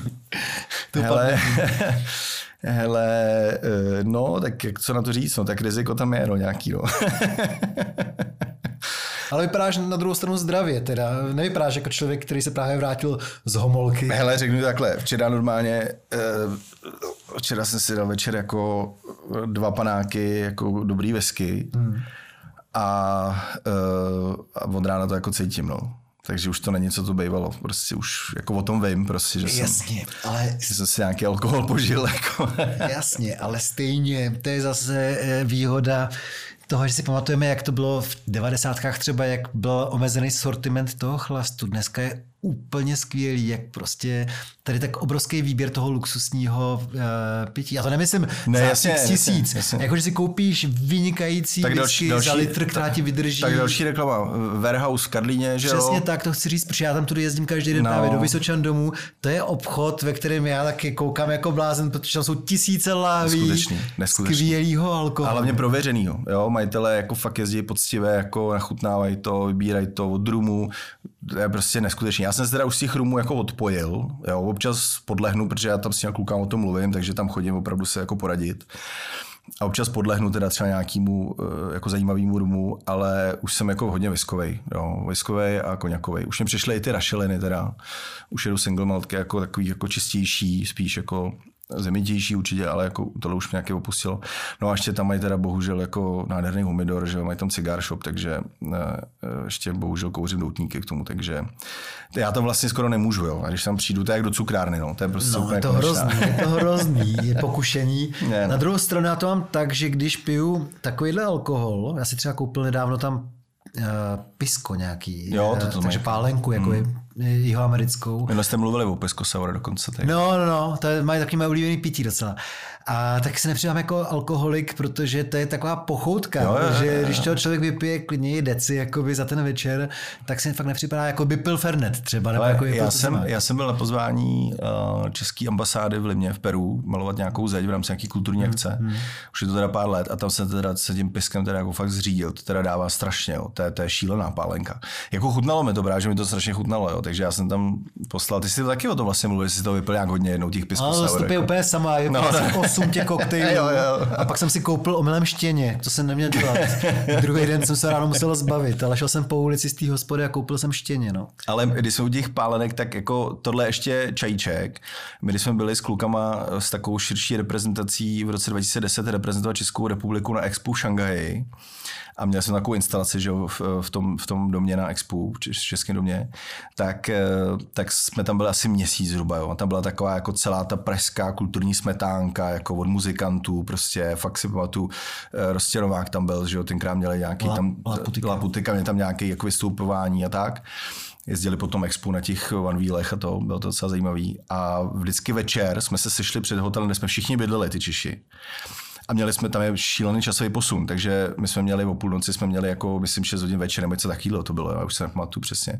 Hele, no, tak jak co na to říct, no, tak riziko tam je, no, nějaký, no. Ale vypadáš na druhou stranu zdravě, teda nevypadáš jako člověk, který se právě vrátil z Homolky. Hele, řeknu takhle, včera jsem si dal večer jako 2 panáky, jako dobrý whisky a od rána to jako cítím, no. Takže už to není, co to bývalo. Prostě už jako o tom vím, prostě, že jsem si nějaký alkohol požil. Jako. Jasně, ale stejně, to je zase výhoda toho, že si pamatujeme, jak to bylo v 90kách třeba, jak byl omezený sortiment toho chlastu. Dneska je úplně skvělý, jak prostě tady tak obrovský výběr toho luxusního pití. Já to nemyslím za tisíc. Jakože si koupíš vynikající whisky za litr, která ti vydrží. Tak další reklama. Warehouse v Karlíně, že jo? Přesně tak, to chci říct, protože já tam tudy jezdím každý den právě do Vysočan domů. To je obchod, ve kterém já taky koukám jako blázen, protože tam jsou tisíce láhví skvělýho alkoholu. A hlavně prověřenýho. Jo? Majitelé jako fakt jezdí poctivě, jako nachutnávají to, vybírají to od drumu. To je prostě neskutečný. Já jsem se teda už z těch rumů jako odpojil. Jo? Občas podlehnu, protože já tam s těmi klukám o tom mluvím, takže tam chodím opravdu se jako poradit. A občas podlehnu teda třeba nějakému jako zajímavýmu rumu, ale už jsem jako hodně whiskovej. Jo? Whiskovej a koňakovej. Už mi přišly i ty rašeliny teda. Už jedu single maltky jako takový jako čistější, spíš jako zemitější určitě, ale jako tohle už mě nějaké opustilo. No a ještě tam mají teda bohužel jako nádherný humidor, že mají tam cigar shop, takže ještě bohužel kouřím doutníky k tomu, takže já to vlastně skoro nemůžu, jo. A když tam přijdu, to je jak do cukrárny, no. To je prostě úplně je to hrozný, je pokušení. Ne, na druhou stranu já to mám tak, že když piju takovýhle alkohol, já si třeba koupil nedávno tam pisko nějaký, jo, takže pálenku, jako jihoamerickou. Minule jste mluvili o Pisco Sour dokonce. Tak. No, to mají taky moje oblíbený pití docela. A tak se nepřidám jako alkoholik, protože to je taková pochoutka, že když toho člověk vypije klidně deci jakoby za ten večer, tak se fakt nepřipadá, jako by pil Fernet třeba. Nebo jako já jsem byl na pozvání české ambasády v Limě v Peru malovat nějakou zeď v rámci nějaký kulturní akce. Už je to teda pár let a tam se teda se tím piskem teda jako fakt zřídil. To teda dává strašně, jo. To je šílená pálenka. Jako chutnalo mi to, že mi to strašně chutnalo, jo. Takže já jsem tam poslal, ty jsi to taky o tom vlastně mluvil, jsi to vypil nějak hodně jednou těch Pisco Sour. Ale to pije úplně sama, jsem 8 těch koktejlů. A pak jsem si koupil omylem štěně, to jsem neměl dělat. Druhý den jsem se ráno musel zbavit, ale šel jsem po ulici z té hospody a koupil jsem štěně. No. Ale když jsou těch pálenek, tak jako tohle ještě čajíček. My když jsme byli s klukama s takovou širší reprezentací v roce 2010 reprezentovat Českou republiku na Expo v Šanghaji, a měl jsem takovou instalaci, že v tom domě na Expu, v Českém domě, tak jsme tam byli asi měsíc zhruba. Jo. A tam byla taková jako celá ta pražská kulturní smetánka, jako od muzikantů, prostě fakt si pamatuju, Rostěnovák tam byl, že jo, tenkrát měli nějaký Laputika, měli tam nějaké jako vystupování a tak. Jezdili po tom Expu na těch One Wheelech a to bylo to docela zajímavý. A vždycky večer jsme se sešli před hotelem, kde jsme všichni bydleli, ty Češi. A měli jsme tam šílený časový posun, takže my jsme měli o půlnoci, jsme měli jako, myslím, 6 hodin večer, nebo něco takového to bylo, já už se nepamatuju přesně.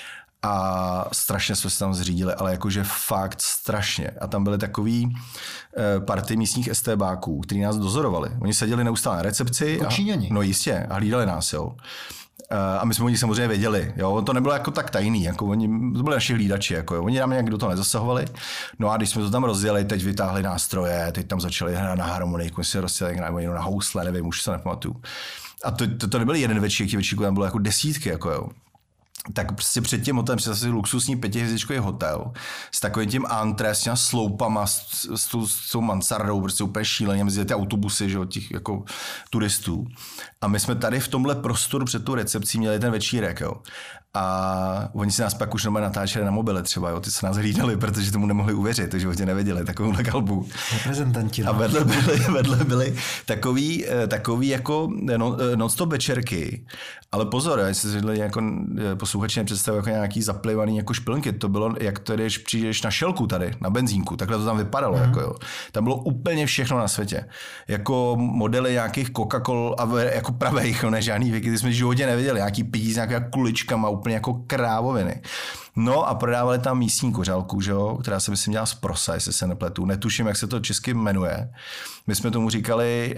A strašně jsme se tam zřídili, ale jakože fakt strašně. A tam byly takový party místních STBáků, kteří nás dozorovali. Oni seděli neustále na recepci. No jistě, a hlídali nás, jo. A my jsme o nich samozřejmě věděli, jo, to nebylo jako tak tajný, jako to byli naši hlídači, jako jo. Oni nám nějak do toho nezasahovali. No a když jsme to tam rozjeli, teď vytáhli nástroje, teď tam začali hrát na harmoniku, my si rozjeli na housle, nevím, už se nepamatuju. A to nebyl jeden večík, těch večíků tam bylo jako desítky, jako jo. Tak prostě před tím hotelem představ si luxusní 5hvězdičkový hotel s takovým tím antré, s těma sloupama, s tou mansardou, prostě úplně šíleně mezi ty autobusy, že, těch jako turistů. A my jsme tady v tomhle prostoru před tou recepcí měli ten večírek, jo. A oni si nás pak už normálně natáčeli na mobile třeba, jo, ty se nás hlídali, protože tomu nemohli uvěřit, takže životě nevěděli takovouhle kalbu. Reprezentanti. A vedle byli takový jako non-stop večerky, ale pozor, jestli si jako posluchači nepředstavují jako nějaký zaplivaný jako špilnky, to bylo, jak tady, když přijdeš na šelku tady, na benzínku, takhle to tam vypadalo, jako jo. Tam bylo úplně všechno na světě. Jako modely nějakých Coca-Col a jako pravejch, ne žádný věky, ty jsme v životě neviděli, nějaký pití s nějakými kuličkama, úplně jako krávoviny. No a prodávali tam místní kořálku, že jo, která se myslím dělá z prosa, jestli se nepletu. Netuším, jak se to česky jmenuje. My jsme tomu říkali,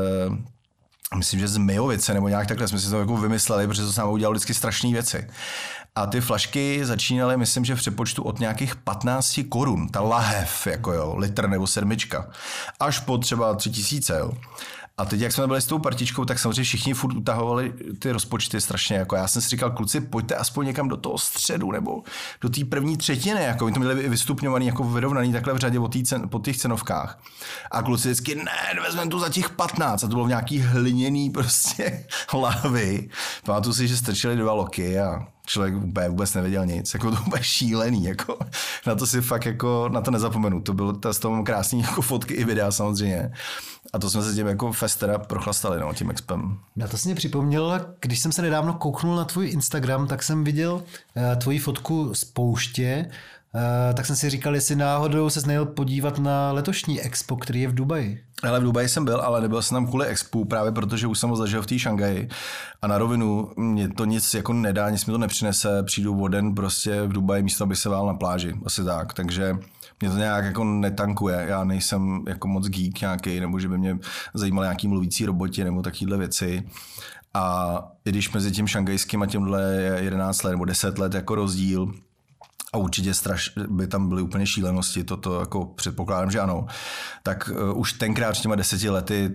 myslím, že z Mijovice, nebo nějak takhle jsme si to jako vymysleli, protože to s námi udělalo vždycky strašné věci. A ty flašky začínaly, myslím, že v přepočtu od nějakých 15 korun. Ta lahev, jako jo, litr nebo 7, až po třeba 3000, jo. A teď, jak jsme byli s tou partičkou, tak samozřejmě všichni furt utahovali ty rozpočty strašně. Jako já jsem si říkal, kluci, pojďte aspoň někam do toho středu nebo do té první třetiny. Jako my to měli vystupňovaný, jako vyrovnaný takhle v řadě po těch cenovkách. A kluci vždycky, ne, vezmeme tu za těch 15. A to bylo v nějaký hliněný prostě hlavy. Pamatuju si, že strčili 2 loky a člověk vůbec nevěděl nic, jako to úplně šílený, jako na to si fakt jako, na to nezapomenu, to bylo z toho krásný jako fotky i videa samozřejmě. A to jsme se tím jako fest teda prochlastali, no, tím expem. Já to si mě připomněl, když jsem se nedávno kouknul na tvůj Instagram, tak jsem viděl tvoji fotku z pouště, tak jsem si říkal, jestli náhodou ses nejel podívat na letošní expo, který je v Dubaji. Ale v Dubaji jsem byl, ale nebyl jsem tam kvůli expu, právě protože už jsem ho zažil v té Šanghaji a na rovinu mě to nic jako nedá, nic mi to nepřinese, přijdu o den prostě v Dubaji místo, aby se vál na pláži, asi tak, takže mě to nějak jako netankuje, já nejsem jako moc geek nějaký, nebo že by mě zajímal nějaký mluvící roboti nebo takovéhle věci. A i když mezi tím šangajským a tímhle je 11 let nebo 10 let jako rozdíl, a určitě by tam byly úplně šílenosti, to jako předpokládám, že ano, tak už tenkrát s těma 10 lety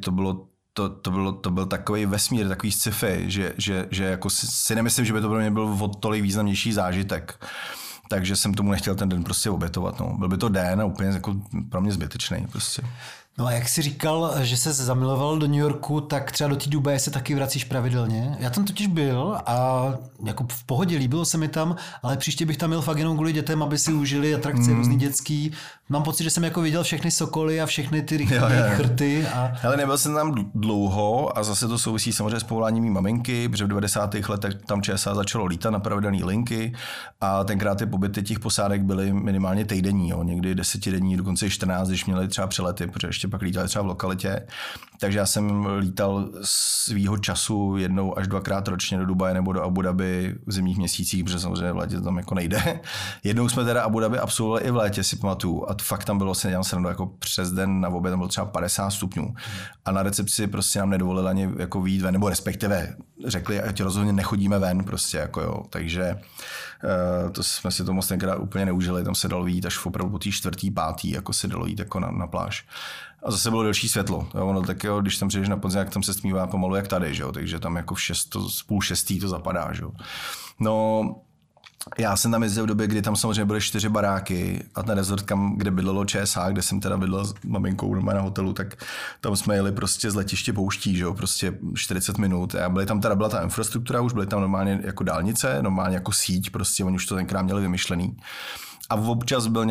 to byl takový vesmír, takový sci-fi, že jako si nemyslím, že by to pro mě byl o tolik významnější zážitek. Takže jsem tomu nechtěl ten den prostě obětovat. No. Byl by to den a úplně jako pro mě zbytečný prostě. No a jak jsi říkal, že se zamiloval do New Yorku, tak třeba do té Dubaje se taky vracíš pravidelně. Já tam totiž byl a jako v pohodě, líbilo se mi tam, ale příště bych tam jel fakt jenom kvůli dětem, aby si užili atrakce různý dětský. Mám pocit, že jsem jako viděl všechny sokoly a všechny ty rychlé chrty. Ale nebyl jsem tam dlouho a zase to souvisí samozřejmě s povoláním mý maminky, protože v 90. letech tam ČSA začalo lítat na pravidelné linky a tenkrát ty pobyty těch posádek byly minimálně týdenní, jo, někdy 10denní, dokonce i 14, když měli třeba přelety, protože ještě pak lítali třeba v lokalitě. Takže já jsem lítal svýho času 1 až 2krát ročně do Dubaje nebo do Abu Dhabi v zimních měsících, protože samozřejmě v létě to tam jako nejde. Jednou jsme teda Abu Dhabi absolvovali i v létě, si pamatuju. A fakt tam bylo, dělám se jako přes den na oběd, tam bylo třeba 50 stupňů. A na recepci prostě nám nedovolili ani jako vyjít ven, nebo respektive řekli, ať rozhodně nechodíme ven, prostě jako jo. Takže to jsme si to moc tenkrát úplně neužili, tam se dalo vyjít až opravdu po té 4., 5. jako se dalo jít jako na pláž. A zase bylo delší světlo. Jo, ono tak jo, když tam přijdeš na podzim, tam se stmívá pomalu jak tady, že jo? Takže tam jako v 5:30 to zapadá. Že jo? No, já jsem tam jezdil v době, kdy tam samozřejmě byly 4 baráky a ten resort, kde bydlelo ČSH, kde jsem teda bydlel s maminkou doma na hotelu, tak tam jsme jeli prostě z letiště pouští, že jo? Prostě 40 minut. A byla ta infrastruktura, už byly tam normálně jako dálnice, normálně jako síť, prostě oni už to tenkrát měli vymyšlený. A občas byl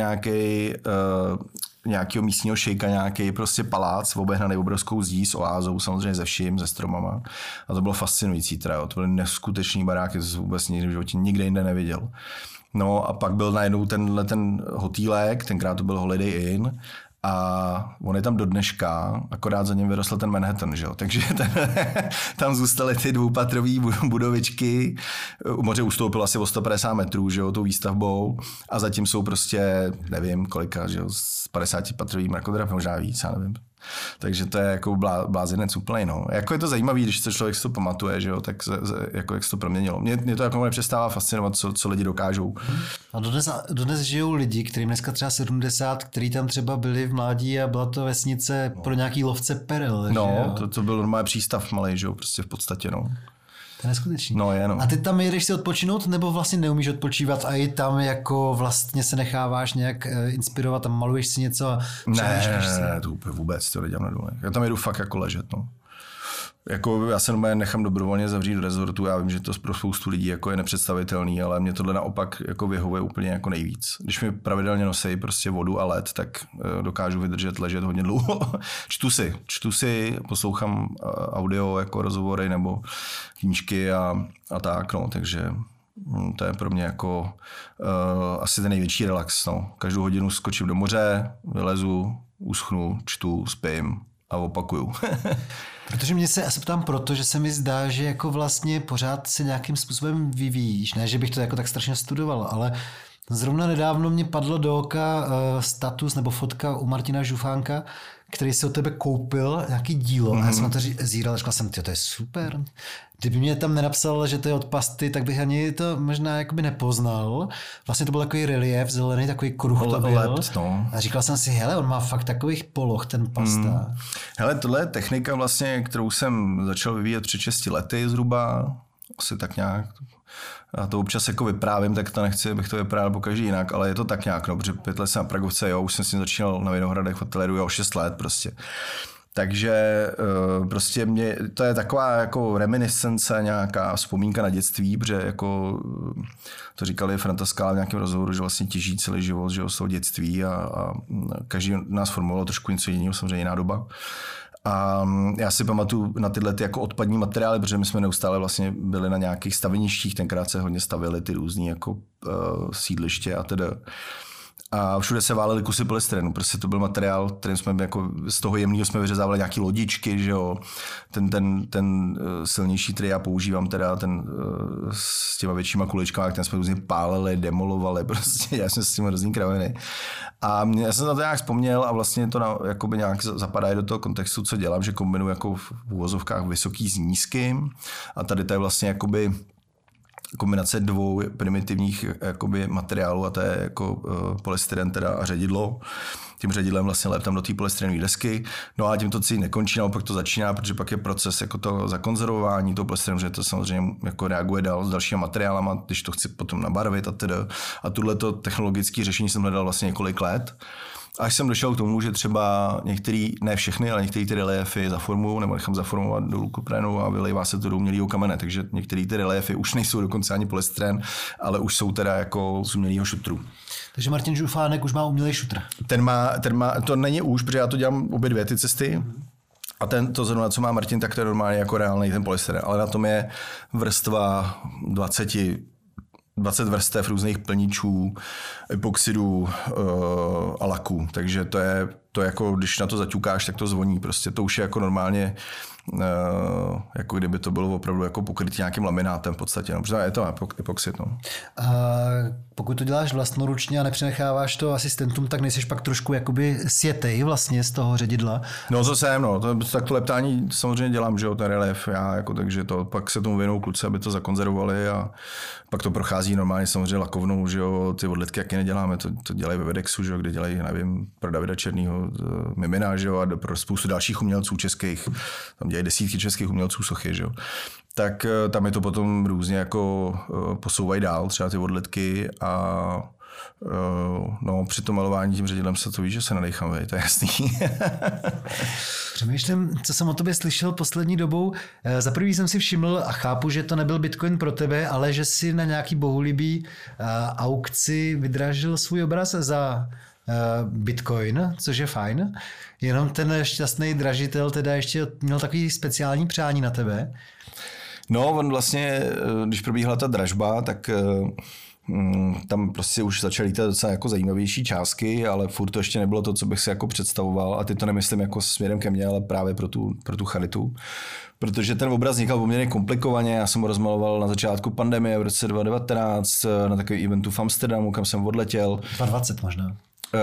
nějakého místního šejka, nějaký prostě palác obehnaný obrovskou zdí s oázou, samozřejmě ze vším, ze stromama. A to bylo fascinující teda, to byly neskutečný baráky, to jsem vůbec nikdy v životě nikde jinde neviděl. No a pak byl najednou ten hotýlek, tenkrát to byl Holiday Inn, a on je tam do dneška, akorát za ním vyrostl ten Manhattan, že jo? Takže tam zůstaly ty 2patrový budovičky, u moře ustoupil asi o 150 metrů, že jo, tou výstavbou a zatím jsou prostě, nevím kolika, že jo, z 50patrový mrakodrap, možná víc, já nevím. Takže to je jako blázinec úplnej, no. Jako je to zajímavý, když se člověk si to pamatuje, že jo, tak jako jak se to proměnilo. Mě to jako nepřestává fascinovat, co lidi dokážou. A dodnes žijou lidi, kterým dneska třeba 70, kteří tam třeba byli v mládí a byla to vesnice pro nějaký lovce perel. No, to byl normální přístav malej, že jo, prostě v podstatě, no. To je neskutečný. No, je, no. A ty tam jedeš si odpočinout, nebo vlastně neumíš odpočívat a i tam jako vlastně se necháváš nějak inspirovat a maluješ si něco a Ne, to úplně vůbec, to nedělám na dole. Já tam jedu fakt jako ležet, no. Jako já se nechám dobrovolně zavřít do rezortu, já vím, že to pro spoustu lidí jako je nepředstavitelný, ale mě tohle naopak jako vyhovuje úplně jako nejvíc. Když mi pravidelně nosí prostě vodu a led, tak dokážu vydržet ležet hodně dlouho. Čtu si, poslouchám audio jako rozhovory nebo knížky a tak, no, takže to je pro mě jako asi ten největší relax, no. Každou hodinu skočím do moře, vylezu, uschnu, čtu, spím a opakuju. Protože mě se ptám proto, že se mi zdá, že jako vlastně pořád se nějakým způsobem vyvíjíš. Ne, že bych to jako tak strašně studoval, ale zrovna nedávno mě padlo do oka status nebo fotka u Martina Žufánka, který si od tebe koupil nějaký dílo. A já jsem na to zíral a říkal jsem, to je super. Kdyby mě tam nenapsal, že to je od pasty, tak bych ani to možná jakoby nepoznal. Vlastně to byl takový relief, zelený, takový kruh to byl. No. A říkal jsem si, hele, on má fakt takových poloh, ten pasta. Hele, tohle je technika vlastně, kterou jsem začal vyvíjet před 6 lety zhruba. Asi tak nějak. Já to občas jako vyprávím, tak to nechci, abych to vyprávěl pokaždý jinak, ale je to tak nějak, no, protože 5 let jsem na Pragovce, jo, už jsem s tím začínal na Vinohradech v ateliéru, jo, 6 let prostě. Takže prostě to je taková jako reminiscence, nějaká vzpomínka na dětství, protože jako to říkali Franta Skála v nějakém rozhovoru, že vlastně těží celý život, že z toho dětství a každý nás formoval trošku něco jiného, samozřejmě jiná doba. A já si pamatuju na tyhle jako odpadní materiály, protože my jsme neustále vlastně byli na nějakých staveništích, tenkrát se hodně stavily ty různý jako sídliště a teda. A všude se válely kusy polystyrenu. Prostě to byl materiál, kterým jsme jako z toho jemného jsme vyřezávali nějaký lodičky, že jo. Ten silnější, který já používám, teda ten s těma většíma kuličkami, ten jsme různě pálili, demolovali, prostě já jsem s tím hrozný kraviny. A já jsem na to nějak vzpomněl a vlastně to jakoby nějak zapadá do toho kontextu, co dělám, že kombinuji jako v uvozovkách vysoký s nízkým. A tady to je vlastně jakoby kombinace dvou primitivních jakoby materiálů, a to je jako polystyren teda a ředidlo. Tím ředidlem vlastně leptám do té polystyrenové desky. No a tím to celý nekončí, naopak to začíná, protože pak je proces jako to zakonzervování toho polystyrenu, že to samozřejmě jako reaguje dál s dalšími materiálama, když to chci potom nabarvit a teda. A tohleto technologické řešení jsem hledal vlastně několik let. Až jsem došel k tomu, že třeba některý, ne všechny, ale některé ty reliéfy zaformují nebo nechám zaformovat do lukoprénu a vylejvá se to do umělého kamene. Takže některé ty reliéfy už nejsou dokonce ani polystyren, ale už jsou teda jako z umělého šutru. Takže Martin Žufánek už má umělý šutr. Ten má, to není už, protože já to dělám obě dvě ty cesty. A to zrovna, co má Martin, tak to je normálně jako reálný ten polystyren. Ale na tom je vrstva 20 vrstev různých plničů, epoxidů a laků. Takže to jako, když na to zaťukáš, tak to zvoní. Prostě to už je jako normálně, jako kdyby to bylo opravdu jako pokrytý nějakým laminátem v podstatě. No, protože je to epoxid. No. A pokud to děláš vlastnoručně a nepřenecháváš to asistentům, tak nejseš pak trošku jakoby sjetej vlastně z toho ředidla. No to jsem, no. Tak to leptání samozřejmě dělám, že jo, ten relief, já jako, takže to pak se tomu věnou kluci, aby to zakonzervovali a pak to prochází normálně samozřejmě lakovnou, že jo, ty odletky jaké neděláme, to dělají ve Vedexu, že jo, kde dělají, nevím, pro Davida Černýho, Mimina, že jo, a pro spoustu dalších umělců českých, tam dělají desítky českých umělců sochy, že jo. Tak tam je to potom různě jako posouvají dál, třeba ty odletky a no, při tom malování tím ředidlem se to ví, že se nadechám, to je jasný. Přemýšlím, co jsem o tobě slyšel poslední dobou. Za prvý jsem si všiml a chápu, že to nebyl Bitcoin pro tebe, ale že si na nějaký bohulibý aukci vydražil svůj obraz za Bitcoin, což je fajn. Jenom ten šťastný dražitel teda ještě měl takový speciální přání na tebe. No, on vlastně, když probíhala ta dražba, tak tam prostě už začaly lítat docela jako zajímavější částky, ale furt to ještě nebylo to, co bych si jako představoval, a teď to nemyslím jako směrem ke mně, ale právě pro tu charitu. Protože ten obraz vznikal poměrně komplikovaně, já jsem ho rozmaloval na začátku pandemie v roce 2019 na takový eventu v Amsterdamu, kam jsem odletěl. 2020 možná.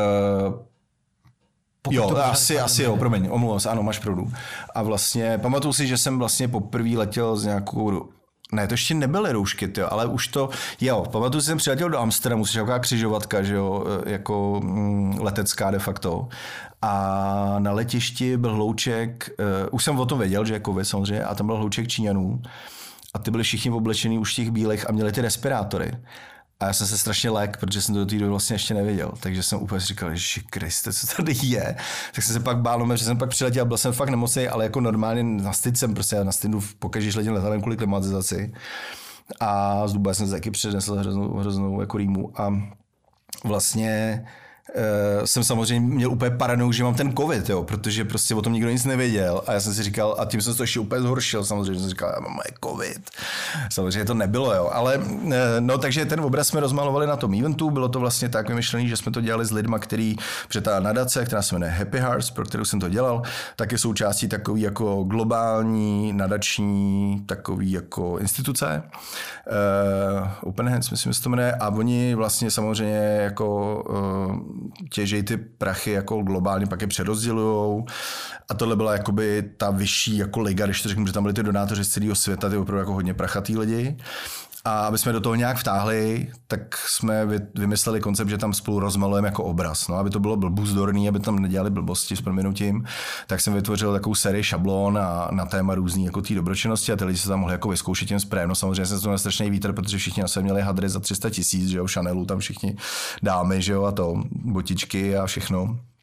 Jo, asi jo, promiň, omlouvám se, ano, máš pravdu. A vlastně pamatuju si, že jsem vlastně poprvé letěl s nějakou, ne, to ještě nebyly roušky, tyjo, ale už to, jo, pamatuju si, že jsem přiletěl do Amsterdamu, což je taková křižovatka, že jo, jako letecká de facto. A na letišti byl hlouček, už jsem o tom věděl, že je covid samozřejmě, a tam byl hlouček Číňanů a ty byli všichni oblečený už v těch bílech a měli ty respirátory. A já jsem se strašně lék, protože jsem to do té doby vlastně ještě nevěděl. Takže jsem úplně říkal, že Kriste, co tady je? Tak jsem se pak bál, že jsem pak přiletěl, byl jsem fakt nemocný, ale jako normálně na styd jsem, prostě na stydu pokaždé letěl letadlem kvůli klimatizaci. A z Dubaje jsem se taky přinesl hroznou jako rýmu. A vlastně jsem samozřejmě měl úplně paranoju, že mám ten covid, jo, protože prostě o tom nikdo nic nevěděl a já jsem si říkal, a tím jsem to ještě úplně zhoršil, samozřejmě jsem říkal, já mám covid. Samozřejmě to nebylo, jo, ale no, takže ten obraz jsme rozmalovali na tom eventu, bylo to vlastně tak vymyšlený, že jsme to dělali s lidma, protože ta nadace, která se jmenuje Happy Hearts, pro kterou jsem to dělal, tak je součástí takový jako globální, nadační, takový jako instituce, Open Hands, myslím, že se to jmenuje, a oni vlastně samozřejmě jako těžejí ty prachy jako globálně, pak je přerozdělujou. A tohle byla jakoby ta vyšší jako liga, když to řeknu, že tam byli ty donátoři z celého světa, ty opravdu jako hodně prachatý lidi. A aby jsme do toho nějak vtáhli, tak jsme vymysleli koncept, že tam spolu rozmalujeme jako obraz. No, aby to bylo blbuzdorný, aby tam nedělali blbosti s prominutím, tak jsem vytvořil takovou sérii šablon na téma různý jako té dobročinnosti a ty lidi se tam mohli jako vyzkoušet tím sprayem. No, samozřejmě jsem to měl strašný vítr, protože všichni na sebe měli hadry za 300 000, že jo, Chanelu tam všichni dámy, že jo, a to botičky a všechno.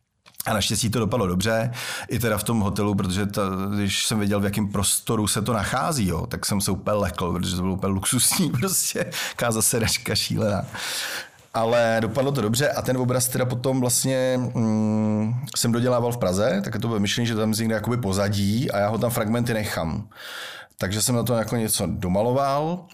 A naštěstí to dopadlo dobře, i teda v tom hotelu, protože když jsem věděl, v jakém prostoru se to nachází, jo, tak jsem se úplně lekl, protože to bylo úplně luxusní, prostě káza sedačka šílená. Ale dopadlo to dobře a ten obraz teda potom vlastně jsem dodělával v Praze, tak to bylo myšlení, že tam vznikne jakoby pozadí a já ho tam fragmenty nechám. Takže jsem na to jako něco domaloval.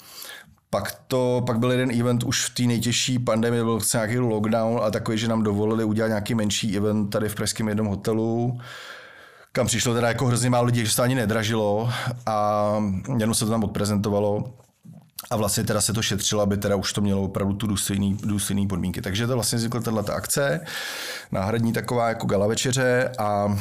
Pak byl jeden event už v té nejtěžší pandemii, byl nějaký lockdown a takový, že nám dovolili udělat nějaký menší event tady v pražském jednom hotelu, kam přišlo teda jako hrozně málo lidí, že se to ani nedražilo a jenom se to tam odprezentovalo. A vlastně teda se to šetřilo, aby teda už to mělo opravdu tu důstojný podmínky. Takže to vlastně vznikla tato akce, náhradní taková jako gala večeře a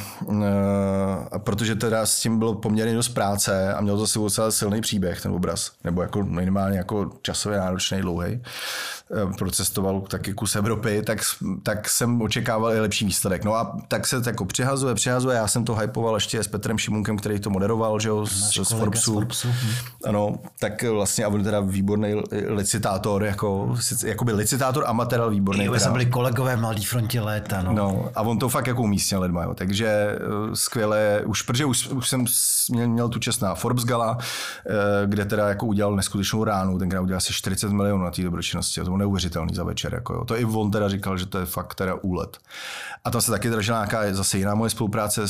protože teda s tím bylo poměrně dost práce a měl to sebou docela silný příběh ten obraz, nebo jako minimálně jako časově náročný, dlouhý, procestoval taky kus Evropy, tak jsem očekával i lepší výsledek. No a tak se jako přihazuje, já jsem to hypoval ještě s Petrem Šimunkem, který to moderoval, že jo, z Forbesu. Ano, tak vlastně a on teda výborný licitátor, jakoby licitátor amatér, výborný. My jsme byli kolegové v Mladé frontě léta. No, a on to fakt jako umí s těmi lidma, jo. Takže skvěle, protože už jsem měl tu čest na Forbes Gala, kde teda jako udělal neskutečnou ránu, tenkrát udělal asi 40 milionů na té dobročinnosti, to bylo neuvěřitelný za večer, jako jo. To i on teda říkal, že to je fakt teda úlet. A tam se taky držela nějaká zase jiná moje spolupráce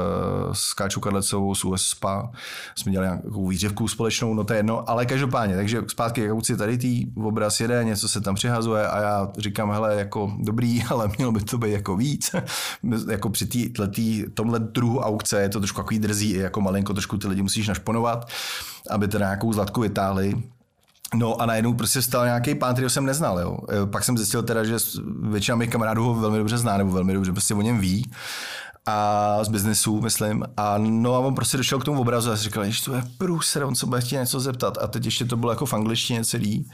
s Káčou Kadlecovou, s US Spa, jsme dělali nějakou výřivku společnou, no to je jedno, ale každopádně, takže zpátky k kauci tady obraz jede, něco se tam přihazuje a já říkám, hele, jako dobrý, ale mělo by to být jako víc. Jako při tomhle druhu aukce je to trošku takový drzí, jako malinko trošku ty lidi musíš našponovat, aby teda nějakou zlatku vytáhli. No a najednou prostě stal nějaký pán, kterýho jsem neznal. Jo. Pak jsem zjistil teda, že většina mých kamarádů ho velmi dobře zná, nebo velmi dobře prostě o něm ví. A z biznesu, myslím. A no a on prostě došel k tomu obrazu a říkal, že to je průser, on se bude chtít něco zeptat. A teď ještě to bylo jako v angličtině celý.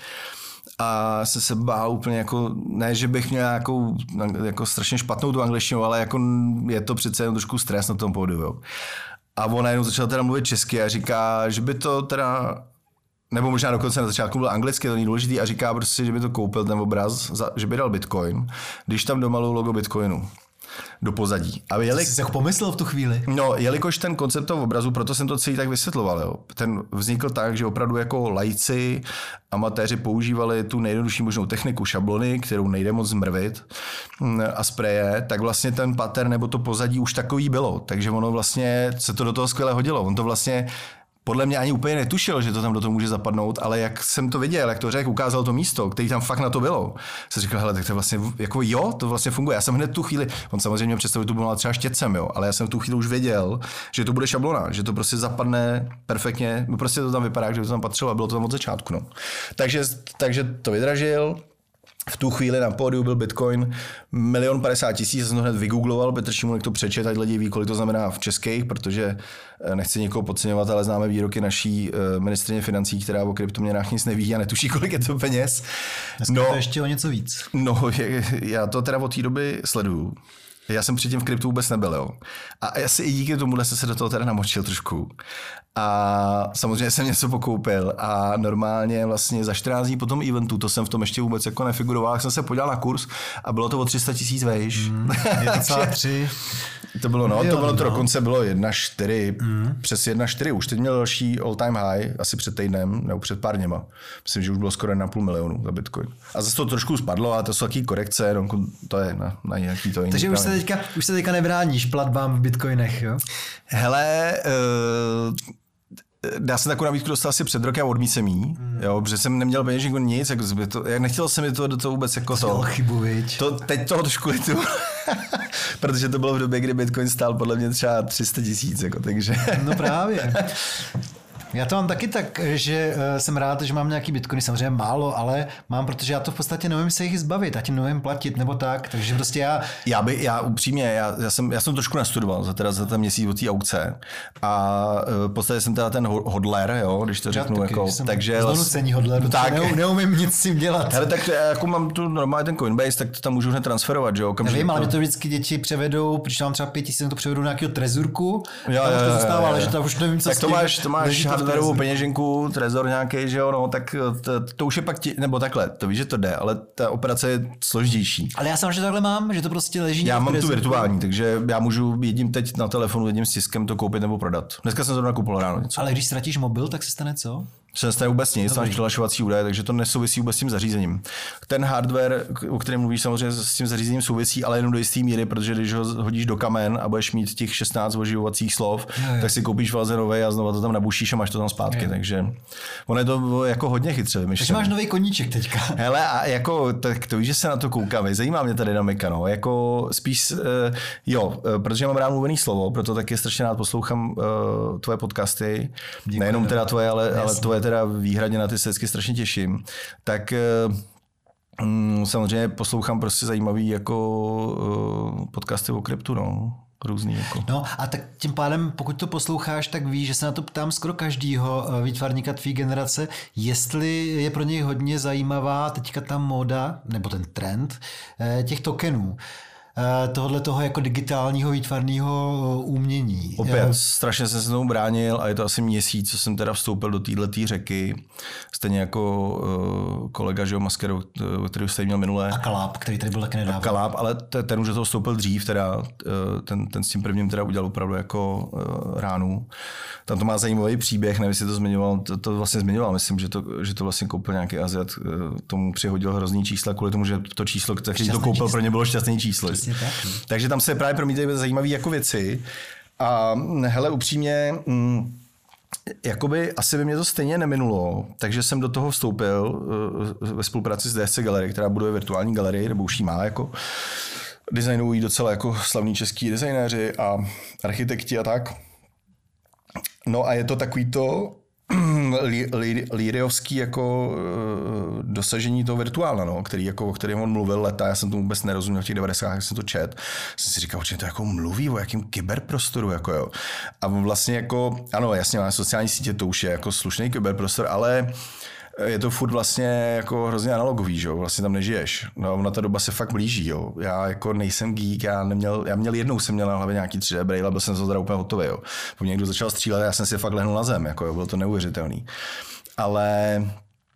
A jsem se bál úplně jako, ne, že bych měl nějakou jako strašně špatnou tu angličtinu, ale jako je to přece jen trošku stres na tom pódiu. Jo. A on najednou začal teda mluvit česky a říká, že by to teda, nebo možná dokonce na začátku byl anglicky, to není důležitý, a říká prostě, že by to koupil ten obraz, že by dal Bitcoin, když tam domalují logo Bitcoinu do pozadí. A jsi si pomyslel v tu chvíli? No, jelikož ten koncept toho obrazu, proto jsem to celý tak vysvětloval. Jo. Ten vznikl tak, že opravdu jako laici, amatéři používali tu nejjednodušší možnou techniku šablony, kterou nejde moc zmrvit a spreje, tak vlastně ten pattern nebo to pozadí už takový bylo. Takže ono vlastně se to do toho skvěle hodilo. On to vlastně podle mě ani úplně netušil, že to tam do toho může zapadnout, ale jak jsem to viděl, jak to řekl, ukázal to místo, který tam fakt na to bylo. Jsem říkal, hele, tak to vlastně, jako jo, to vlastně funguje. Já jsem hned tu chvíli, on samozřejmě měl představu, že to bylo třeba štětcem, jo, ale já jsem v tu chvíli už věděl, že to bude šablona, že to prostě zapadne perfektně, no prostě to tam vypadá, že by to tam patřilo a bylo to tam od začátku, no. Takže to vydražil. V tu chvíli na pódiu byl Bitcoin 1 050 000, jsem to hned vygoogloval, Petr Šimunek to přečet, ať lidi ví, kolik to znamená v českých, protože nechci někoho podceňovat, ale známe výroky naší ministryně financí, která o kryptoměnách nic neví a netuší, kolik je to peněz. Dneska to ještě o něco víc. No, já to teda od té doby sleduju. Já jsem předtím v kryptu vůbec nebyl, jo. A asi i díky tomuhle jsem se do toho teda namočil trošku. A samozřejmě jsem něco pokoupil a normálně vlastně za 14 dní po tom eventu, to jsem v tom ještě vůbec jako nefiguroval, jsem se podíval na kurz a bylo to o 300 000 vejš. 1,3. To bylo, to dokonce bylo 1,4, přes 1,4. Už teď měl další all time high, asi před týdnem, nebo před pár dněma. Myslím, že už bylo skoro 1,5 milionu za Bitcoin. A zase to trošku spadlo, a to jsou taky korekce, no, to je na nějaký to jiný. Takže už se teďka nebráníš platbám v Bitcoinech, jo? Hele, já jsem takovou nabídku dostal asi před rokem, odmítl jsem jí, jo, protože jsem neměl peněženku nic, jak nechtěl jsem mi to do toho vůbec jako to. Chybu, viď? Teď toho trošku litu, protože to bylo v době, kdy Bitcoin stál podle mě třeba 300 000, jako, takže. No právě. Já to mám taky tak, že jsem rád, že mám nějaký bitcoiny, samozřejmě málo, ale mám, protože já to v podstatě nevím se jich zbavit, já tím nevím platit nebo tak, takže prostě já upřímně, já jsem trošku nastudoval za ten měsíc od té aukce a v podstatě jsem teda ten hodler, jo, když to řeknu, taky, jako, takže zdonucení hodler, tak neumím nic s tím dělat. Hele, tak jako mám tu normálně ten Coinbase, tak to tam můžu hned transferovat, že jo. Nevím, ale mě to vždycky děti převedou, když mám třeba 5 000, to převedou do nějakého trezurku, to zůstává, ale že to už nevím, co tak s tím. To máš hardwareovou peněženku, trezor nějaký, že jo, no, tak to už je pak nebo takhle, to víš, že to jde, ale ta operace je složitější. Ale já sám, že takhle mám, že to prostě leží. Já mám tu virtuální, takže já můžu jedním teď na telefonu, jedním stiskem to koupit nebo prodat. Dneska jsem zrovna kupoval ráno něco. Ale když ztratíš mobil, tak se stane co? Se nestane vůbec nic, máš přihlašovací údaje, takže to nesouvisí vůbec s tím zařízením. Ten hardware, o kterém mluvíš, samozřejmě s tím zařízením souvisí, ale jenom do jistý míry, protože když ho hodíš do kamen a budeš mít těch 16 oživovacích slov, tak si koupíš valze novej a znova to tam nabušíš a máš to tam zpátky. Takže ono je to jako hodně chytře vymyšlené. Takže máš nový koníček teďka. Hele, a jako, tak to víš, že se na to koukáme, zajímá mě ta dynamika, no, jako spíš, protože mám rád mluvený slovo, proto taky strašně rád poslouchám tvoje podcasty, děkuji, nejenom teda tvoje, ale tvoje teda výhradně na ty se vždycky strašně těším, tak samozřejmě poslouchám prostě zajímavý jako podcasty o kryptu, no. Různý jako. No a tak tím pádem, pokud to posloucháš, tak víš, že se na to ptám skoro každýho výtvarníka tvý generace, jestli je pro něj hodně zajímavá teďka ta móda, nebo ten trend těch tokenů. Tohle toho jako digitálního výtvarného umění. Opět, strašně jsem se tomu bránil a je to asi měsíc, co jsem teda vstoupil do této řeky. Stejně jako kolega, že jo, Maskero, který už jste měl minule. A Kaláb, který tady byl taky nedávno. Kaláb, ale ten už do toho vstoupil dřív, teda, ten s tím prvním teda udělal opravdu jako ránu. Tam to má zajímavý příběh, nevím, jestli to zmiňoval, to vlastně zmiňoval, myslím, že to vlastně koupil nějaký Aziat, tomu přihodil hrozný čísla kvůli tomu, že to číslo, který to koupil, pro ně bylo šťastný číslo. Takže tam se právě promítají zajímavé jako věci. A hele, upřímně, jakoby asi by mě to stejně neminulo, takže jsem do toho vstoupil ve spolupráci s DSC Gallery, která buduje virtuální galerii, nebo už ji má jako designují docela jako slavní český designéři a architekti a tak. No a je to takový to líriovský jako dosažení toho virtuálna, no, o kterém on mluvil leta, já jsem tomu vůbec nerozuměl v těch 90. jak jsem to čet, jsem si říkal, že to jako mluví o jakém kyberprostoru, jako jo. A vlastně jako, ano, jasně, máme sociální sítě, to už je jako slušný kyberprostor, ale je to furt vlastně jako hrozně analogový, že jo, vlastně tam nežiješ. No, na ta doba se fakt blíží, jo. Já jako nejsem geek, já měl jednou jsem měl na hlavě nějaký 3D braille, byl jsem teda úplně hotový, jo. Po někdo začal střílet a já jsem si fakt lehnul na zem, jako jo, bylo to neuvěřitelný. Ale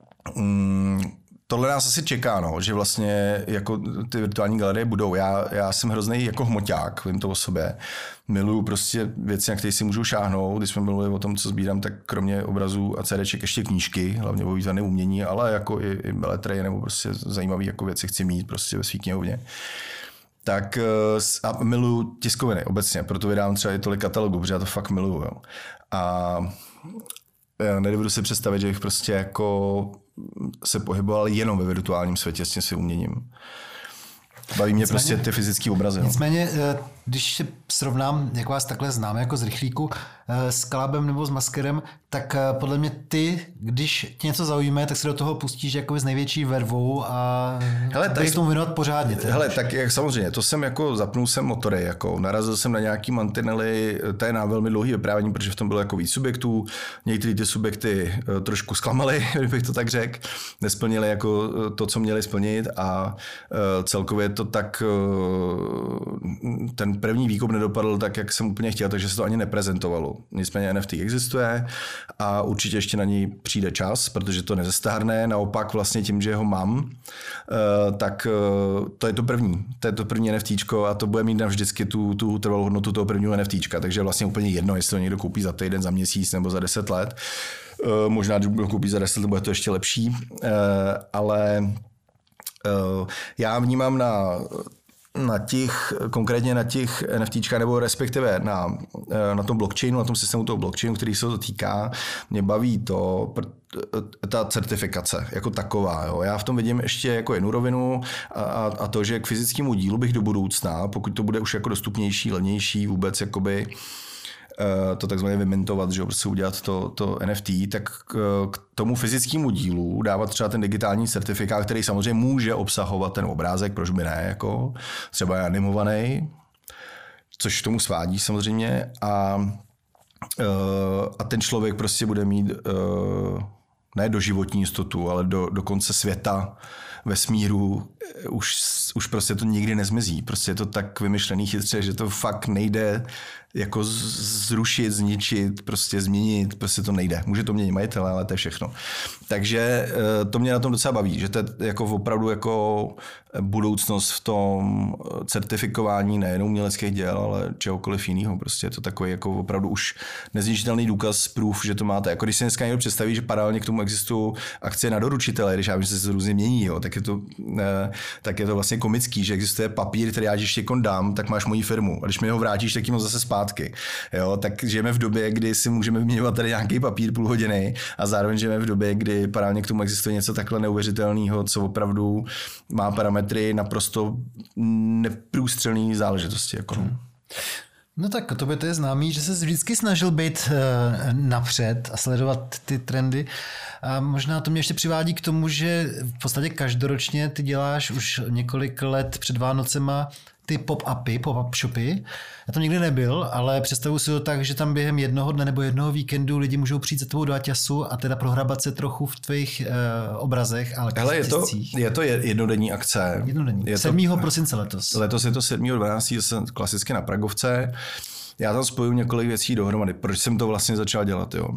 tohle nás asi čeká, no, že vlastně jako ty virtuální galerie budou. Já jsem hrozný jako hmoťák, vím to o sobě. Miluju prostě věci, na které si můžu šáhnout. Když jsme mluvili o tom, co sbírám, tak kromě obrazů a CDček ještě knížky, hlavně o výtvarném umění, ale jako i beletry nebo prostě zajímavé jako věci chci mít prostě ve svý knihovně. Tak a miluju tiskoviny obecně, proto vydám třeba i tolik katalogů, protože já to fakt miluju. Jo. A já nedovedu si představit, že bych prostě jako se pohyboval jenom ve virtuálním světě s tím svým uměním. Baví mě prostě ty fyzické obrazy. Nicméně, když se srovnám, jak vás takhle znám, jako z rychlíku, s Kalábem nebo s Maskerem, tak podle mě ty, když tě něco zaujíme, tak se do toho pustíš jako s největší vervou a budeš tomu věnovat pořádně. Hele, tak jak samozřejmě, to jsem jako, zapnul jsem motory, jako narazil jsem na nějaký mantinely, to je na velmi dlouhý vyprávění, protože v tom bylo jako víc subjektů, některé ty subjekty trošku zklamaly, kdybych to tak řekl, nesplnili jako to, co měli splnit a celkově to tak, ten první výkup nedopadl tak, jak jsem úplně chtěl, takže se to ani neprezentovalo. Nicméně NFT existuje a určitě ještě na ní přijde čas, protože to nezestárne. Naopak vlastně tím, že ho mám, tak to je to první. To je to první NFTčko a to bude mít navždycky tu trvalou hodnotu toho prvního NFTčka. Takže vlastně úplně jedno, jestli to někdo koupí za týden, za měsíc nebo za 10 let. Možná, když ho koupí za 10 let, bude to ještě lepší. Ale já vnímám konkrétně na těch NFTčkách, nebo respektive na tom blockchainu, na tom systému toho blockchainu, který se to týká, mě baví ta certifikace jako taková. Jo. Já v tom vidím ještě jako jednu rovinu a to, že k fyzickému dílu bych do budoucna, pokud to bude už jako dostupnější, levnější, vůbec jakoby to takzvaně vymintovat, že prostě udělat to NFT, tak k tomu fyzickému dílu dávat třeba ten digitální certifikát, který samozřejmě může obsahovat ten obrázek, proč by ne, jako třeba je animovaný, což tomu svádí samozřejmě a ten člověk prostě bude mít ne doživotní jistotu, ale do konce světa vesmíru už prostě to nikdy nezmizí. Prostě je to tak vymyšlený chytře, že to fakt nejde jako zrušit, zničit, prostě změnit, prostě to nejde. Může to měnit majitele, ale to je všechno. Takže to mě na tom docela baví, že to je jako opravdu jako budoucnost v tom certifikování nejenom uměleckých děl, ale čehokoliv jiného. Prostě je to takový jako opravdu už nezničitelný důkaz, proof, že to máte. Jako když si dneska někdo představí, že paralelně k tomu existují akcie na doručitele, když já vím, že se různě mění, jo, tak je to vlastně komický, že existuje papír, který já ještě dám, tak máš moji firmu. A když mi ho vrátíš, tak jim ho zase zpátky. Jo, tak žijeme v době, kdy si můžeme vyměňovat tady nějaký papír půl hodiny a zároveň žijeme v době, kdy paralelně k tomu existuje něco takhle neuvěřitelného, co opravdu má parametry naprosto neprůstřelný záležitosti. Jako. No tak to je známý, že se vždycky snažil být napřed a sledovat ty trendy. A možná to mě ještě přivádí k tomu, že v podstatě každoročně ty děláš už několik let před Vánocema ty pop-up shopy. Já tam nikdy nebyl, ale představuji si to tak, že tam během jednoho dne nebo jednoho víkendu lidi můžou přijít za tebou do Aťasu a teda prohrabat se trochu v tvých obrazech. Ale je to jednodenní akce. Jednodenní. 7. prosince letos. Letos je to 7.12. klasicky na Pragovce. Já tam spojuju několik věcí dohromady. Proč jsem to vlastně začal dělat? Jo?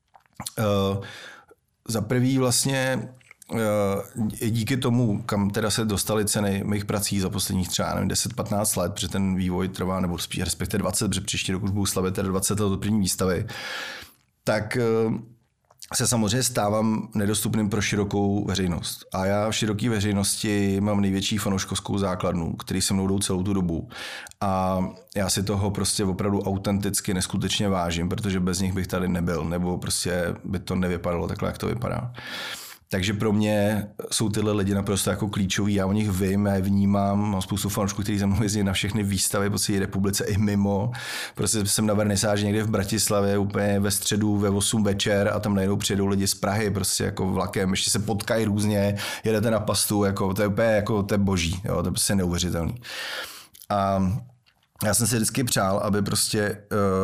Za prvý vlastně díky tomu, kam teda se dostaly ceny mých prací za posledních třeba 10-15 let, protože ten vývoj trvá, nebo spíš respektive 20, protože příští rok už budou slavit teda 20 let od první výstavy, tak se samozřejmě stávám nedostupným pro širokou veřejnost. A já v široké veřejnosti mám největší fanouškovskou základnu, který se mnou jdou celou tu dobu. A já si toho prostě opravdu autenticky neskutečně vážím, protože bez nich bych tady nebyl, nebo prostě by to nevypadalo takhle, jak to vypadá. Takže pro mě jsou tyhle lidi naprosto jako klíčoví, já o nich vím, já je vnímám, mám spoustu fanoušků, kteří za mnou jezdí na všechny výstavy po celé republice i mimo. Prostě jsem na vernisáži někde v Bratislavě úplně ve středu ve 8 večer a tam najednou přijedou lidi z Prahy prostě jako vlakem, ještě se potkají různě, jedete na pastu, jako to je úplně jako to je boží, jo, to je prostě neuvěřitelný. A já jsem si vždycky přál, aby prostě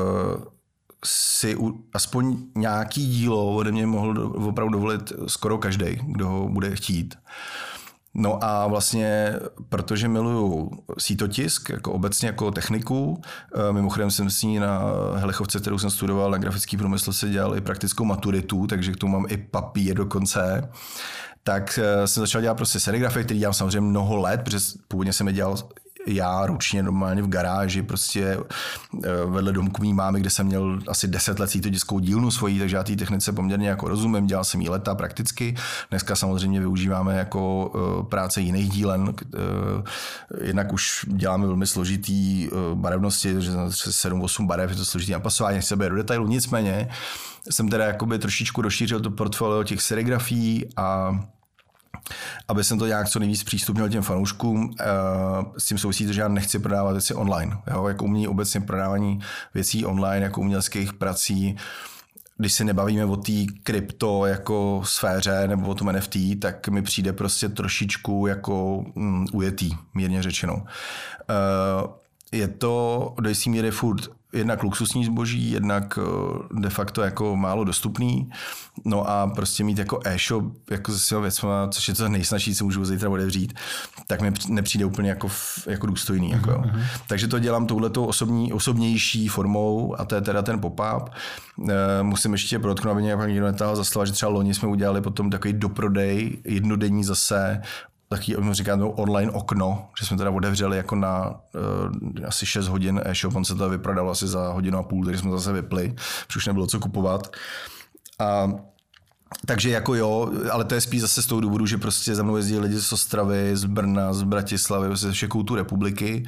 si aspoň nějaký dílo ode mě mohl opravdu dovolit skoro každej, kdo ho bude chtít. No a vlastně, protože miluju sítotisk, jako obecně jako techniku, mimochodem jsem s ní na Helechovce, kterou jsem studoval na grafický průmysl, se dělal i praktickou maturitu, takže k tomu mám i papír dokonce. Tak jsem začal dělat prostě serigrafie, který dělám samozřejmě mnoho let, protože původně jsem je dělal já ručně normálně v garáži, prostě vedle domku mý mámy, kde jsem měl asi 10 let sítotiskou dílnu svojí, takže já té technice poměrně jako rozumím, dělal jsem jí leta prakticky. Dneska samozřejmě využíváme jako práce jiných dílen, jednak už děláme velmi složitý barevnosti, že 7-8 barev, je to složitý napasování, nechci se být do detailu, nicméně jsem teda jakoby trošičku rozšířil to portfolio těch serigrafií a aby jsem to nějak co nejvíc přístupnil těm fanouškům. S tím souvisí, že já nechci prodávat věci online. Jo? Jako umění obecně prodávání věcí online, jako uměleckých prací. Když se nebavíme o té krypto jako sféře nebo o tom NFT, tak mi přijde prostě trošičku jako ujetý, mírně řečeno. Je to do jistý míry furt jednak luxusní zboží, jednak de facto jako málo dostupný. No a prostě mít jako e-shop jako se svýma věcma, což je to nejsnažší, co můžu zítra otevřít, tak mi nepřijde úplně jako důstojný. Jako, jo. Takže to dělám touhletou osobnější formou a to je teda ten pop-up. Musím ještě podotknout, aby mě někdo netáhl za slova, že třeba loni jsme udělali potom takový doprodej, jednodenní zase, taky říká online okno, že jsme teda otevřeli jako na asi 6 hodin e-shop, on se to vyprodal asi za 1,5 hodiny, takže jsme zase vypli, protože už nebylo co kupovat. A takže jako jo, ale to je spíš zase z toho důvodu, že prostě za mnou jezdí lidi z Ostravy, z Brna, z Bratislavy, ze všech koutů republiky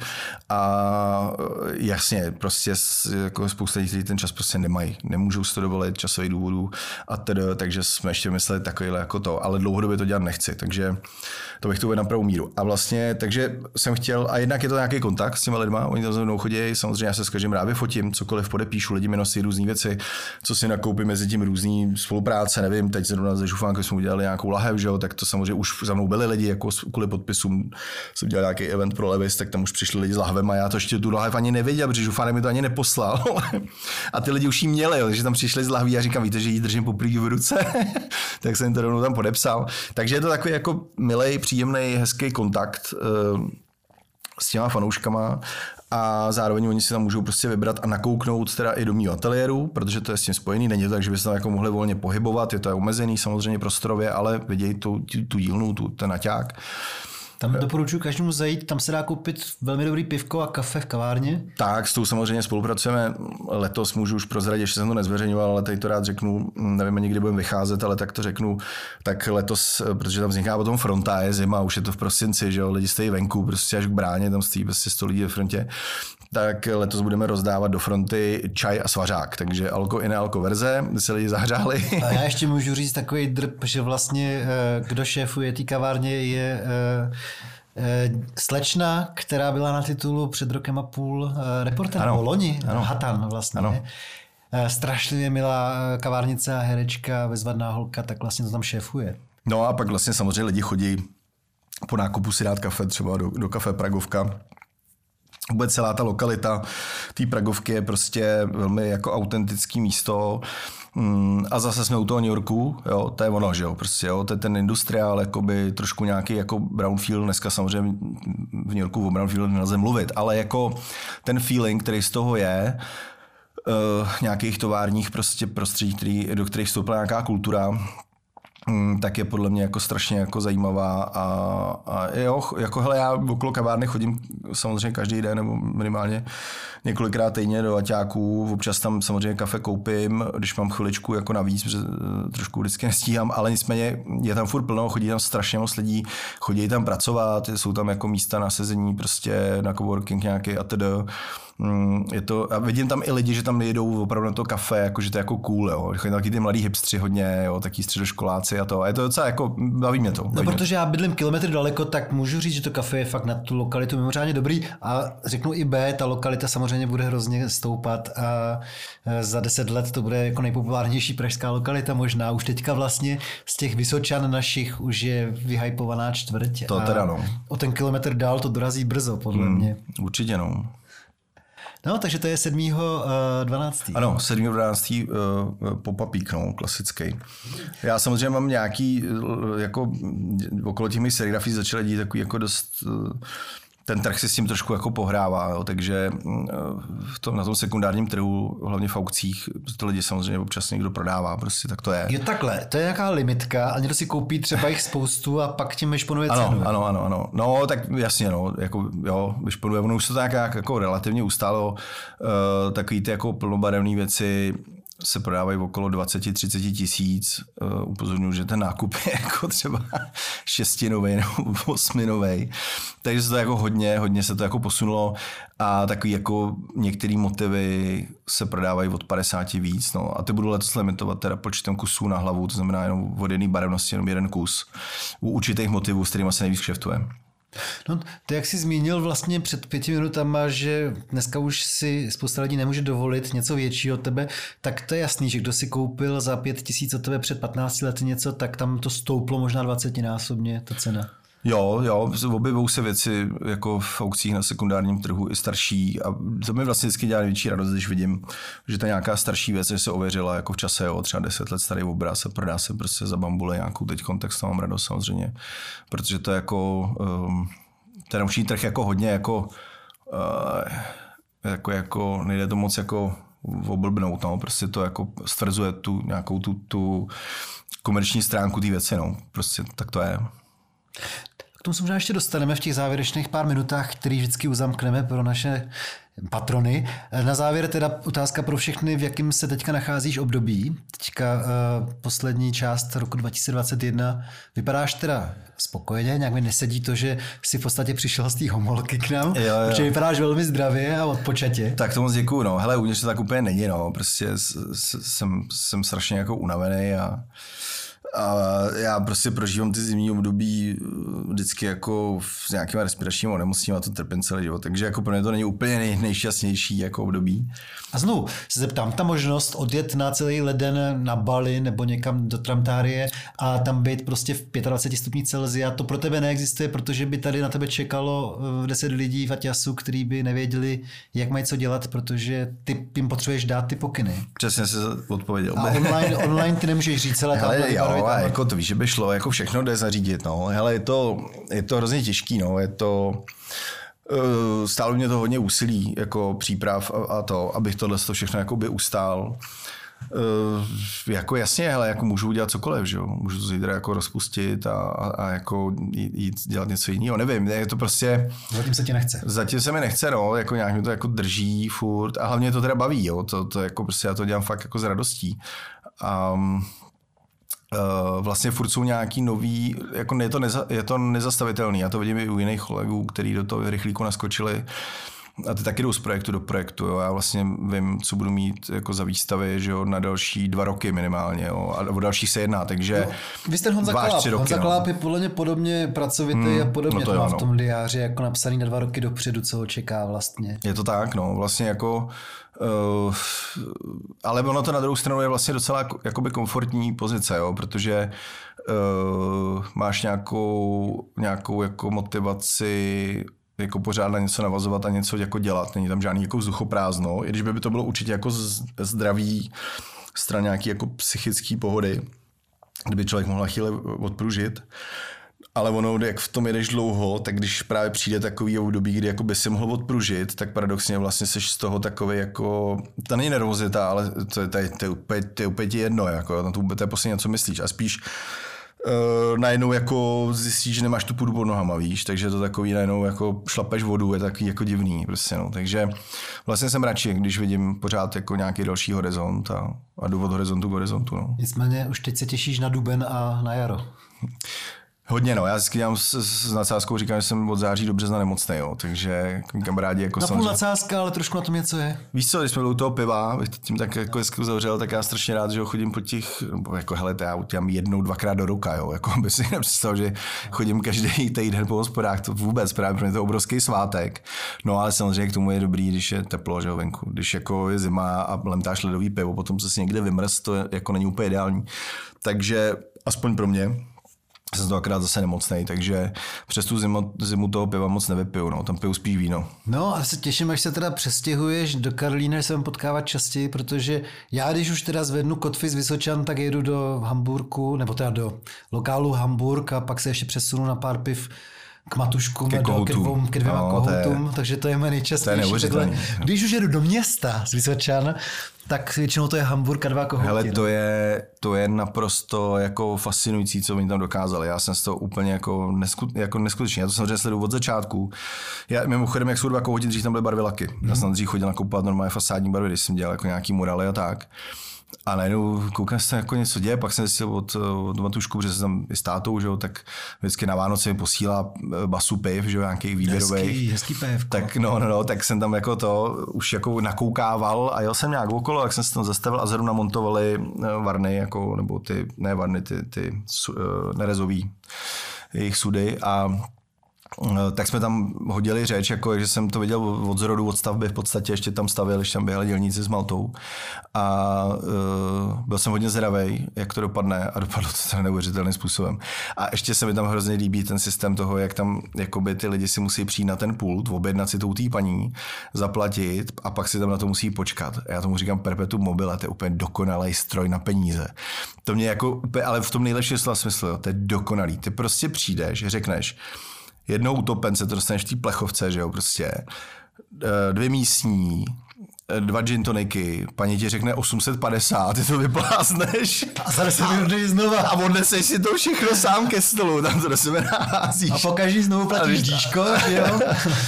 a jasně, prostě jako spousta lidí, kteří ten čas prostě nemají, nemůžou si to dovolit časových důvodů a tedy, takže jsme ještě mysleli takovýhle jako to, ale dlouhodobě to dělat nechci, takže to bych to uvedl na pravou míru. A vlastně, takže jsem chtěl, a jednak je to nějaký kontakt s těma lidma, oni tam za mnou chodí, samozřejmě já se s každým rád vyfotím, cokoliv podepíšu, lidi mi nosí různé věci, co si nakoupím mezi tím různý spolupráce, nevím, nevím, teď zrovna ze Žufánky jsme udělali nějakou lahev, že jo, tak to samozřejmě už za mnou byli lidi, jako kvůli podpisům jsem dělal nějaký event pro Levis, tak tam už přišli lidi s lahvem a já to ještě tu lahev ani nevěděl, protože Žufánek mi to ani neposlal. A ty lidi už jí měli, jo, že tam přišli z lahví a říkám, víte, že jí držím poprvé v ruce, tak jsem to rovnou tam podepsal. Takže je to takový jako milej, příjemný, hezký kontakt s těma fanouškama a zároveň oni si tam můžou prostě vybrat a nakouknout teda i do mýho ateliéru, protože to je s tím spojený, není to tak, že by se tam jako mohli volně pohybovat, je to omezený samozřejmě prostorově, ale vidějí tu dílnu, ten naťák. Tam doporučuji každému zajít, tam se dá koupit velmi dobrý pivko a kafe v kavárně. Tak, s tou samozřejmě spolupracujeme. Letos můžu už prozradit, ještě jsem to nezveřejňoval, ale tady to rád řeknu, nevím ani kdy budeme vycházet, ale tak to řeknu, tak letos, protože tam vzniká potom fronta, je zima, už je to v prosinci, že jo, lidi stojí venku, prostě až k bráně, tam stojí prostě 100 lidí ve frontě. Tak letos budeme rozdávat do fronty čaj a svařák, takže alko i nealko verze, kde se lidi zahřáli. A já ještě můžu říct takový drb, že vlastně kdo šéfuje té kavárně je slečna, která byla na titulu před rokem a půl reportér, nebo loni, Hatan vlastně. Ano. Strašlivě milá kavárnice a herečka, bezvadná holka, tak vlastně to tam šéfuje. No a pak vlastně samozřejmě lidi chodí po nákupu si dát kafe třeba do kafe Pragovka. Vůbec celá ta lokalita té Pragovky je prostě velmi jako autentický místo. A zase jsme u toho New Yorku, jo, to je ono, že jo, prostě, jo, to je ten industriál, jakoby trošku nějaký jako brownfield, dneska samozřejmě v New Yorku o brownfield nelze mluvit, ale jako ten feeling, který z toho je, nějakých továrních prostě prostředí, do kterých vstoupila nějaká kultura, tak je podle mě jako strašně jako zajímavá a jo, jako hele, já okolo kavárny chodím samozřejmě každý den nebo minimálně několikrát týdně do Aťáků, občas tam samozřejmě kafe koupím, když mám chviličku jako navíc, protože trošku vždycky nestíhám, ale nicméně je tam furt plno, chodí tam strašně moc lidí, chodí tam pracovat, jsou tam jako místa na sezení, prostě na coworking nějaký a tedy. Je to, a vidím tam i lidi, že tam jedou opravdu na to kafe, jako, že to je jako cool, jo. Chodí taky ty mladí hipstři hodně, jo, taky středoškoláci a to. A je to docela jako, baví mě to. No, protože já bydlím kilometr daleko, tak můžu říct, že to kafe je fakt na tu lokalitu mimořádně dobrý a řeknu i B, ta lokalita samozřejmě bude hrozně stoupat a za 10 let to bude jako nejpopulárnější pražská lokalita možná. Už teďka vlastně z těch Vysočan našich už je vyhypovaná čtvrť. To teda no. O ten kilometr dál to dorazí brzo, podle mě. Určitě no. No, takže to je 7.12. Ano, 7.12. pop-upík, no, klasický. Já samozřejmě mám nějaký, jako okolo těch mých serigrafí začaly dít takový jako dost, ten trh si s tím trošku jako pohrává, jo, takže na tom sekundárním trhu, hlavně v aukcích, to lidi samozřejmě občas někdo prodává, prostě tak to je. Je takhle, to je nějaká limitka a někdo si koupí třeba jich spoustu a pak tím vyšponuje cenu. Ano. No, tak jasně, no, jako jo, vyšponuje, ono už to tak jako relativně ustálo, takový ty jako plnobarevné věci se prodávají okolo 20-30 tisíc. Upozorňuji, že ten nákup je jako třeba 6novej nebo 8novej. Takže se to jako hodně se to jako posunulo a takový jako některé motivy se prodávají od 50 víc. No. A ty budu letos limitovat teda počtem kusů na hlavu, to znamená jenom od jedné barevnosti jenom jeden kus. U určitých motivů, s kterými se nejvíc kšeftuje. No, ty jak jsi zmínil vlastně před 5 minutama, že dneska už si spousta lidí nemůže dovolit něco většího od tebe, tak to je jasný, že kdo si koupil za 5 000 od tebe před 15 lety něco, tak tam to stouplo možná 20násobně ta cena. Jo, objevou se věci jako v aukcích na sekundárním trhu i starší a to mi vlastně vždycky dělá větší radost, když vidím, že ta nějaká starší věc, že se ověřila jako v čase, jo, třeba 10 let starý obraz a prodá se prostě za bambule nějakou teď kontext, mám radost samozřejmě, protože to je jako ten určitý trh jako hodně jako nejde to moc jako oblbnout, no, prostě to jako stvrzuje tu nějakou tu komerční stránku té věci, no, prostě tak to je. K tomu se možná ještě dostaneme v těch závěrečných pár minutách, který vždycky uzamkneme pro naše patrony. Na závěr teda otázka pro všechny, v jakém se teďka nacházíš období. Teďka poslední část roku 2021. Vypadáš teda spokojeně, nějak mi nesedí to, že jsi v podstatě přišel z té homolky k nám, protože vypadáš velmi zdravě a odpočatě. Tak to moc děkuju, no. Hele, uvnitř to tak úplně není, no. Prostě jsem strašně jako unavený A já prostě prožívám ty zimní období vždycky jako s nějakým respiračním onemocněním a to trpím celý život. Takže jako pro mě to není úplně nejšťastnější jako období. A znovu se zeptám, ta možnost odjet na celý leden na Bali nebo někam do Tramtárie a tam být prostě v 25 stupních Celsia, to pro tebe neexistuje, protože by tady na tebe čekalo 10 lidí v Aťasu, kteří by nevěděli, jak mají co dělat, protože ty jim potřebuješ dát ty pokyny. Přesně se odpověděl. A online ty nemůžeš říct celé tam. Ale jako to víš, že by šlo, jako všechno jde zařídit, no. Hele, je to hrozně těžký, no. Je to... Stálo mě to hodně úsilí, jako příprav a to, abych tohle všechno jakoby ustál. Jako jasně, hele, jako můžu udělat cokoliv, že jo? Můžu to zítra jako rozpustit a jako jít dělat něco jiného, nevím, je to prostě... Zatím se ti nechce. Zatím se mi nechce, no, jako nějak mi to jako drží furt a hlavně to teda baví, jo, to jako prostě já to dělám fakt jako s radostí. Vlastně furt jsou nějaký nový, jako je to nezastavitelný, já to vidím i u jiných kolegů, kteří do toho rychlíku naskočili a ty taky jdou z projektu do projektu, jo. Já vlastně vím, co budu mít jako za výstavy, že jo, na další 2 roky minimálně, jo, a o dalších se jedná, takže vy jste Honza Kláb. Honza Kláb je podle mě podobně pracovitý a podobně to má v tom diáři jako napsaný na 2 roky dopředu, co ho čeká vlastně. Je to tak, no, vlastně jako ale ono to na druhou stranu je vlastně docela jakoby komfortní pozice, jo, protože máš nějakou jako motivaci jako pořád na něco navazovat a něco jako dělat. Není tam žádný jako vzduchoprázdno, i když by to bylo určitě jako zdravý stran nějaký jako psychický pohody, kdyby člověk mohl chvíli odpružit. Ale ono, jak v tom jedeš dlouho, tak když právě přijde takový období, kdy jako by si mohl odpružit, tak paradoxně vlastně seš z toho takový jako, to není nervozita, ale to je úplně jedno, jako, to je posledně, co myslíš a spíš najednou jako zjistíš, že nemáš tu půdu pod nohama, víš, takže to takový najednou jako šlapeš vodu, je takový jako divný, prostě, no. Takže vlastně jsem radši, když vidím pořád jako nějaký další horizont a jdu od horizontu k horizontu, no. Nicméně už teď se těšíš na duben a na jaro. Hodně, no. Já vždycky dělám s nadsázkou, říkám, že jsem od září do března nemocnej, jo. Takže kamarádi jako napůl nadsázka, ale trošku na tom něco je. Víš co, když jsme byli u toho piva, bych tím tak jako hezky uzavřel, tak já strašně rád, že ho chodím po těch, jako hele, já udělám 1-2krát do roka, jo. Jako by si nepředstavil, že chodím každý týden po hospodách, to vůbec, právě pro mě to je obrovský svátek. No ale samozřejmě k tomu je dobrý, když je teplo, že jo, venku. Když jako je zima a lemtáš ledový pivo, potom se si někde vymrz, to jako není úplně ideální. Takže aspoň pro mě jsem to akorát zase nemocnej, takže přes tu zimu toho piva moc nevypiju, no, tam piju spíš víno. No a se těším, až se teda přestěhuješ do Karlína, že se vám potkávat častěji, protože já, když už teda zvednu kotvy z Vysočan, tak jedu do Hamburku, nebo teda do lokálu Hamburg a pak se ještě přesunu na pár piv k Matuškům ke dvěma kohoutům, takže to je moje nejčastější. Když už jedu do města z Vysočan, tak většinou to je Hamburg a 2 kohouty. Hele, to je naprosto jako fascinující, co oni tam dokázali. Já jsem z toho úplně jako neskutečný. Já to samozřejmě sleduju od začátku. Já mimochodem, jak jsou 2 kohouty, dřív tam byly barvy laky. Já jsem dřív chodil nakoupat normálně fasádní barvy, když jsem dělal jako nějaký muraly a tak. A najednou koukám se jako něco děje, pak jsem zjistil od Matušku, protože jsem tam i s tátou, že jo, tak vždycky na Vánoce mi posílá basu piv, že jo, nějakých výběrových. Hezký piv. Tak tak jsem tam jako to už jako nakoukával a jel jsem nějak okolo, tak jsem se tam zastavil a zrovna namontovali varny, jako, nebo ty, ne varny, ty nerezový jejich sudy a tak jsme tam hodili řeč, jako, že jsem to viděl od zrodu, od stavby v podstatě, ještě tam stavěli, ještě tam běhali dělníci s maltou a byl jsem hodně zvědavej, jak to dopadne a dopadlo to neuvěřitelným způsobem. A ještě se mi tam hrozně líbí ten systém toho, jak tam jakoby ty lidi si musí přijít na ten pult, objednat si tou tý paní, zaplatit a pak si tam na to musí počkat. Já tomu říkám perpetuum mobile, to je úplně dokonalý stroj na peníze. To mě jako, ale v tom nejlepším slova smyslu, to je dokonalý. Ty prostě přijdeš, řekneš, jednou utopence, to dostaneš v té plechovce, že jo, prostě 2 místní, 2 gin toniky, paní ti řekne 850, ty to vyplázneš. A za 10 minut znova. A odneseš si to všechno sám ke stolu, tam to do sebe naházíš. A pokaždý znovu platíš díško, jo?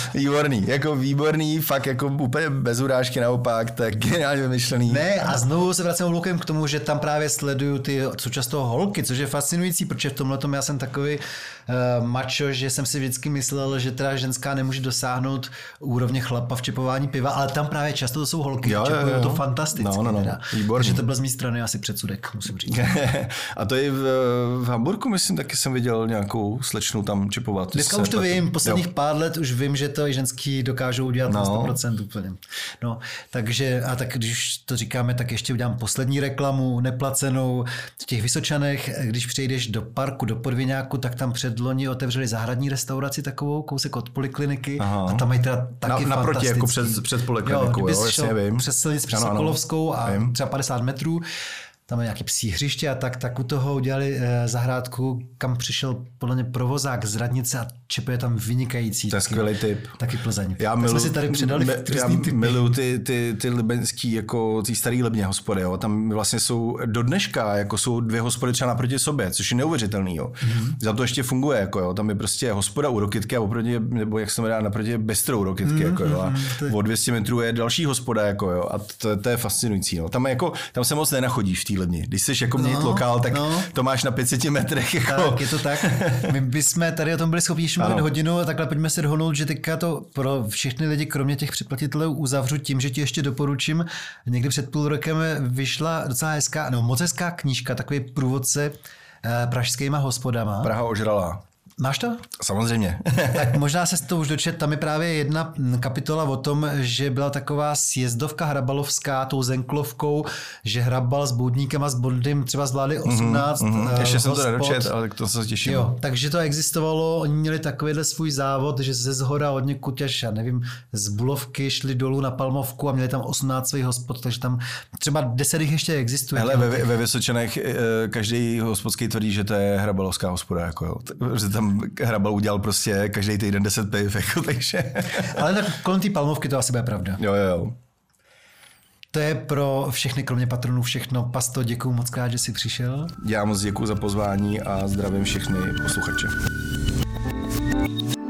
Výborný, fakt jako úplně bez urážky, naopak, tak geniálně vymyšlený. Ne, a znovu se vracím obloukem k tomu, že tam právě sleduju ty současného holky, což je fascinující, protože v tomhletom já jsem takový macho, že jsem si vždycky myslel, že teda ženská nemůže dosáhnout úrovně chlapa v čepování piva, ale tam právě často to jsou holky. Jo. To fantasticky. No, výborný. Takže to byl z mé strany asi předsudek, musím říct. A to i v Hamburku, myslím, taky jsem viděl nějakou slečnu tam čipovat. Dneska už to vím, posledních pár let už vím, že to i ženský dokážou udělat na 100% úplně. No, takže, a tak když to říkáme, tak ještě udělám poslední reklamu, neplacenou. V těch Vysočanech, když přijdeš do parku, do Podviňáku, tak tam předloni otevřeli zahradní restauraci takovou, kousek od polikliniky. Aha. A tam mají teda taky naproti, jako před poliklinikou, jo, jasně vím. Přes silnici přes Sokolovskou a třeba 50 metrů. Tam je nějaké psí hřiště a tak u toho udělali zahrádku, kam přišel podle mě provozák z radnice a čepe je tam vynikající. To je skvělý tip. Taky Plzeň. Já miluju ty libeňský, jako ty starý Libně hospody, jo. Tam vlastně jsou do dneška, jako jsou dvě hospody třeba naproti sobě, což je neuvěřitelný, jo. Za to ještě funguje, jako jo. Tam je prostě hospoda u Rokytky a oproti, nebo jak se jmenuje, naproti Bistro u Rokytky, jako jo. A o 200 metrů je další hospoda, jako jo. A to je fascinující, no. Tam se moc nenachodíš v té Libni. Když jsi jako měnit lokál, tak to máš na 500 metrech. Jako. Tak, je to tak. My bychom tady o tom byli schopni ještě mluvit hodinu a takhle pojďme se dohodnout, že teďka to pro všechny lidi, kromě těch předplatitelů, uzavřu tím, že ti ještě doporučím. Někdy před půl rokem vyšla docela moc hezká knížka, takový průvodce pražskýma hospodama. Praha ožralá. Máš to? Samozřejmě. Tak možná se to už dočet, tam je právě jedna kapitola o tom, že byla taková sjezdovka hrabalovská tou Zenklovkou, že Hrabal s Boudníkem a s Bondym třeba zvládli 18 Ještě jsem to nedočet, ale to se těším. Jo, takže to existovalo, oni měli takovýhle svůj závod, že ze zhora od někud až, já nevím, z Bulovky šli dolů na Palmovku a měli tam 18 svých hospod, takže tam třeba 10 jich ještě existuje. Hele, ve Vysočanech každý hospodský tvrdí, že to je hrabalovská hospoda, jako jo. Že tam Hrabal udělal prostě každý týden 10 piv, jako, takže... Ale tak kolem té Palmovky to asi bude pravda. Jo. To je pro všechny, kromě patronů, všechno. Pasto, děkuju moc krát, že jsi přišel. Já moc děkuju za pozvání a zdravím všechny posluchače.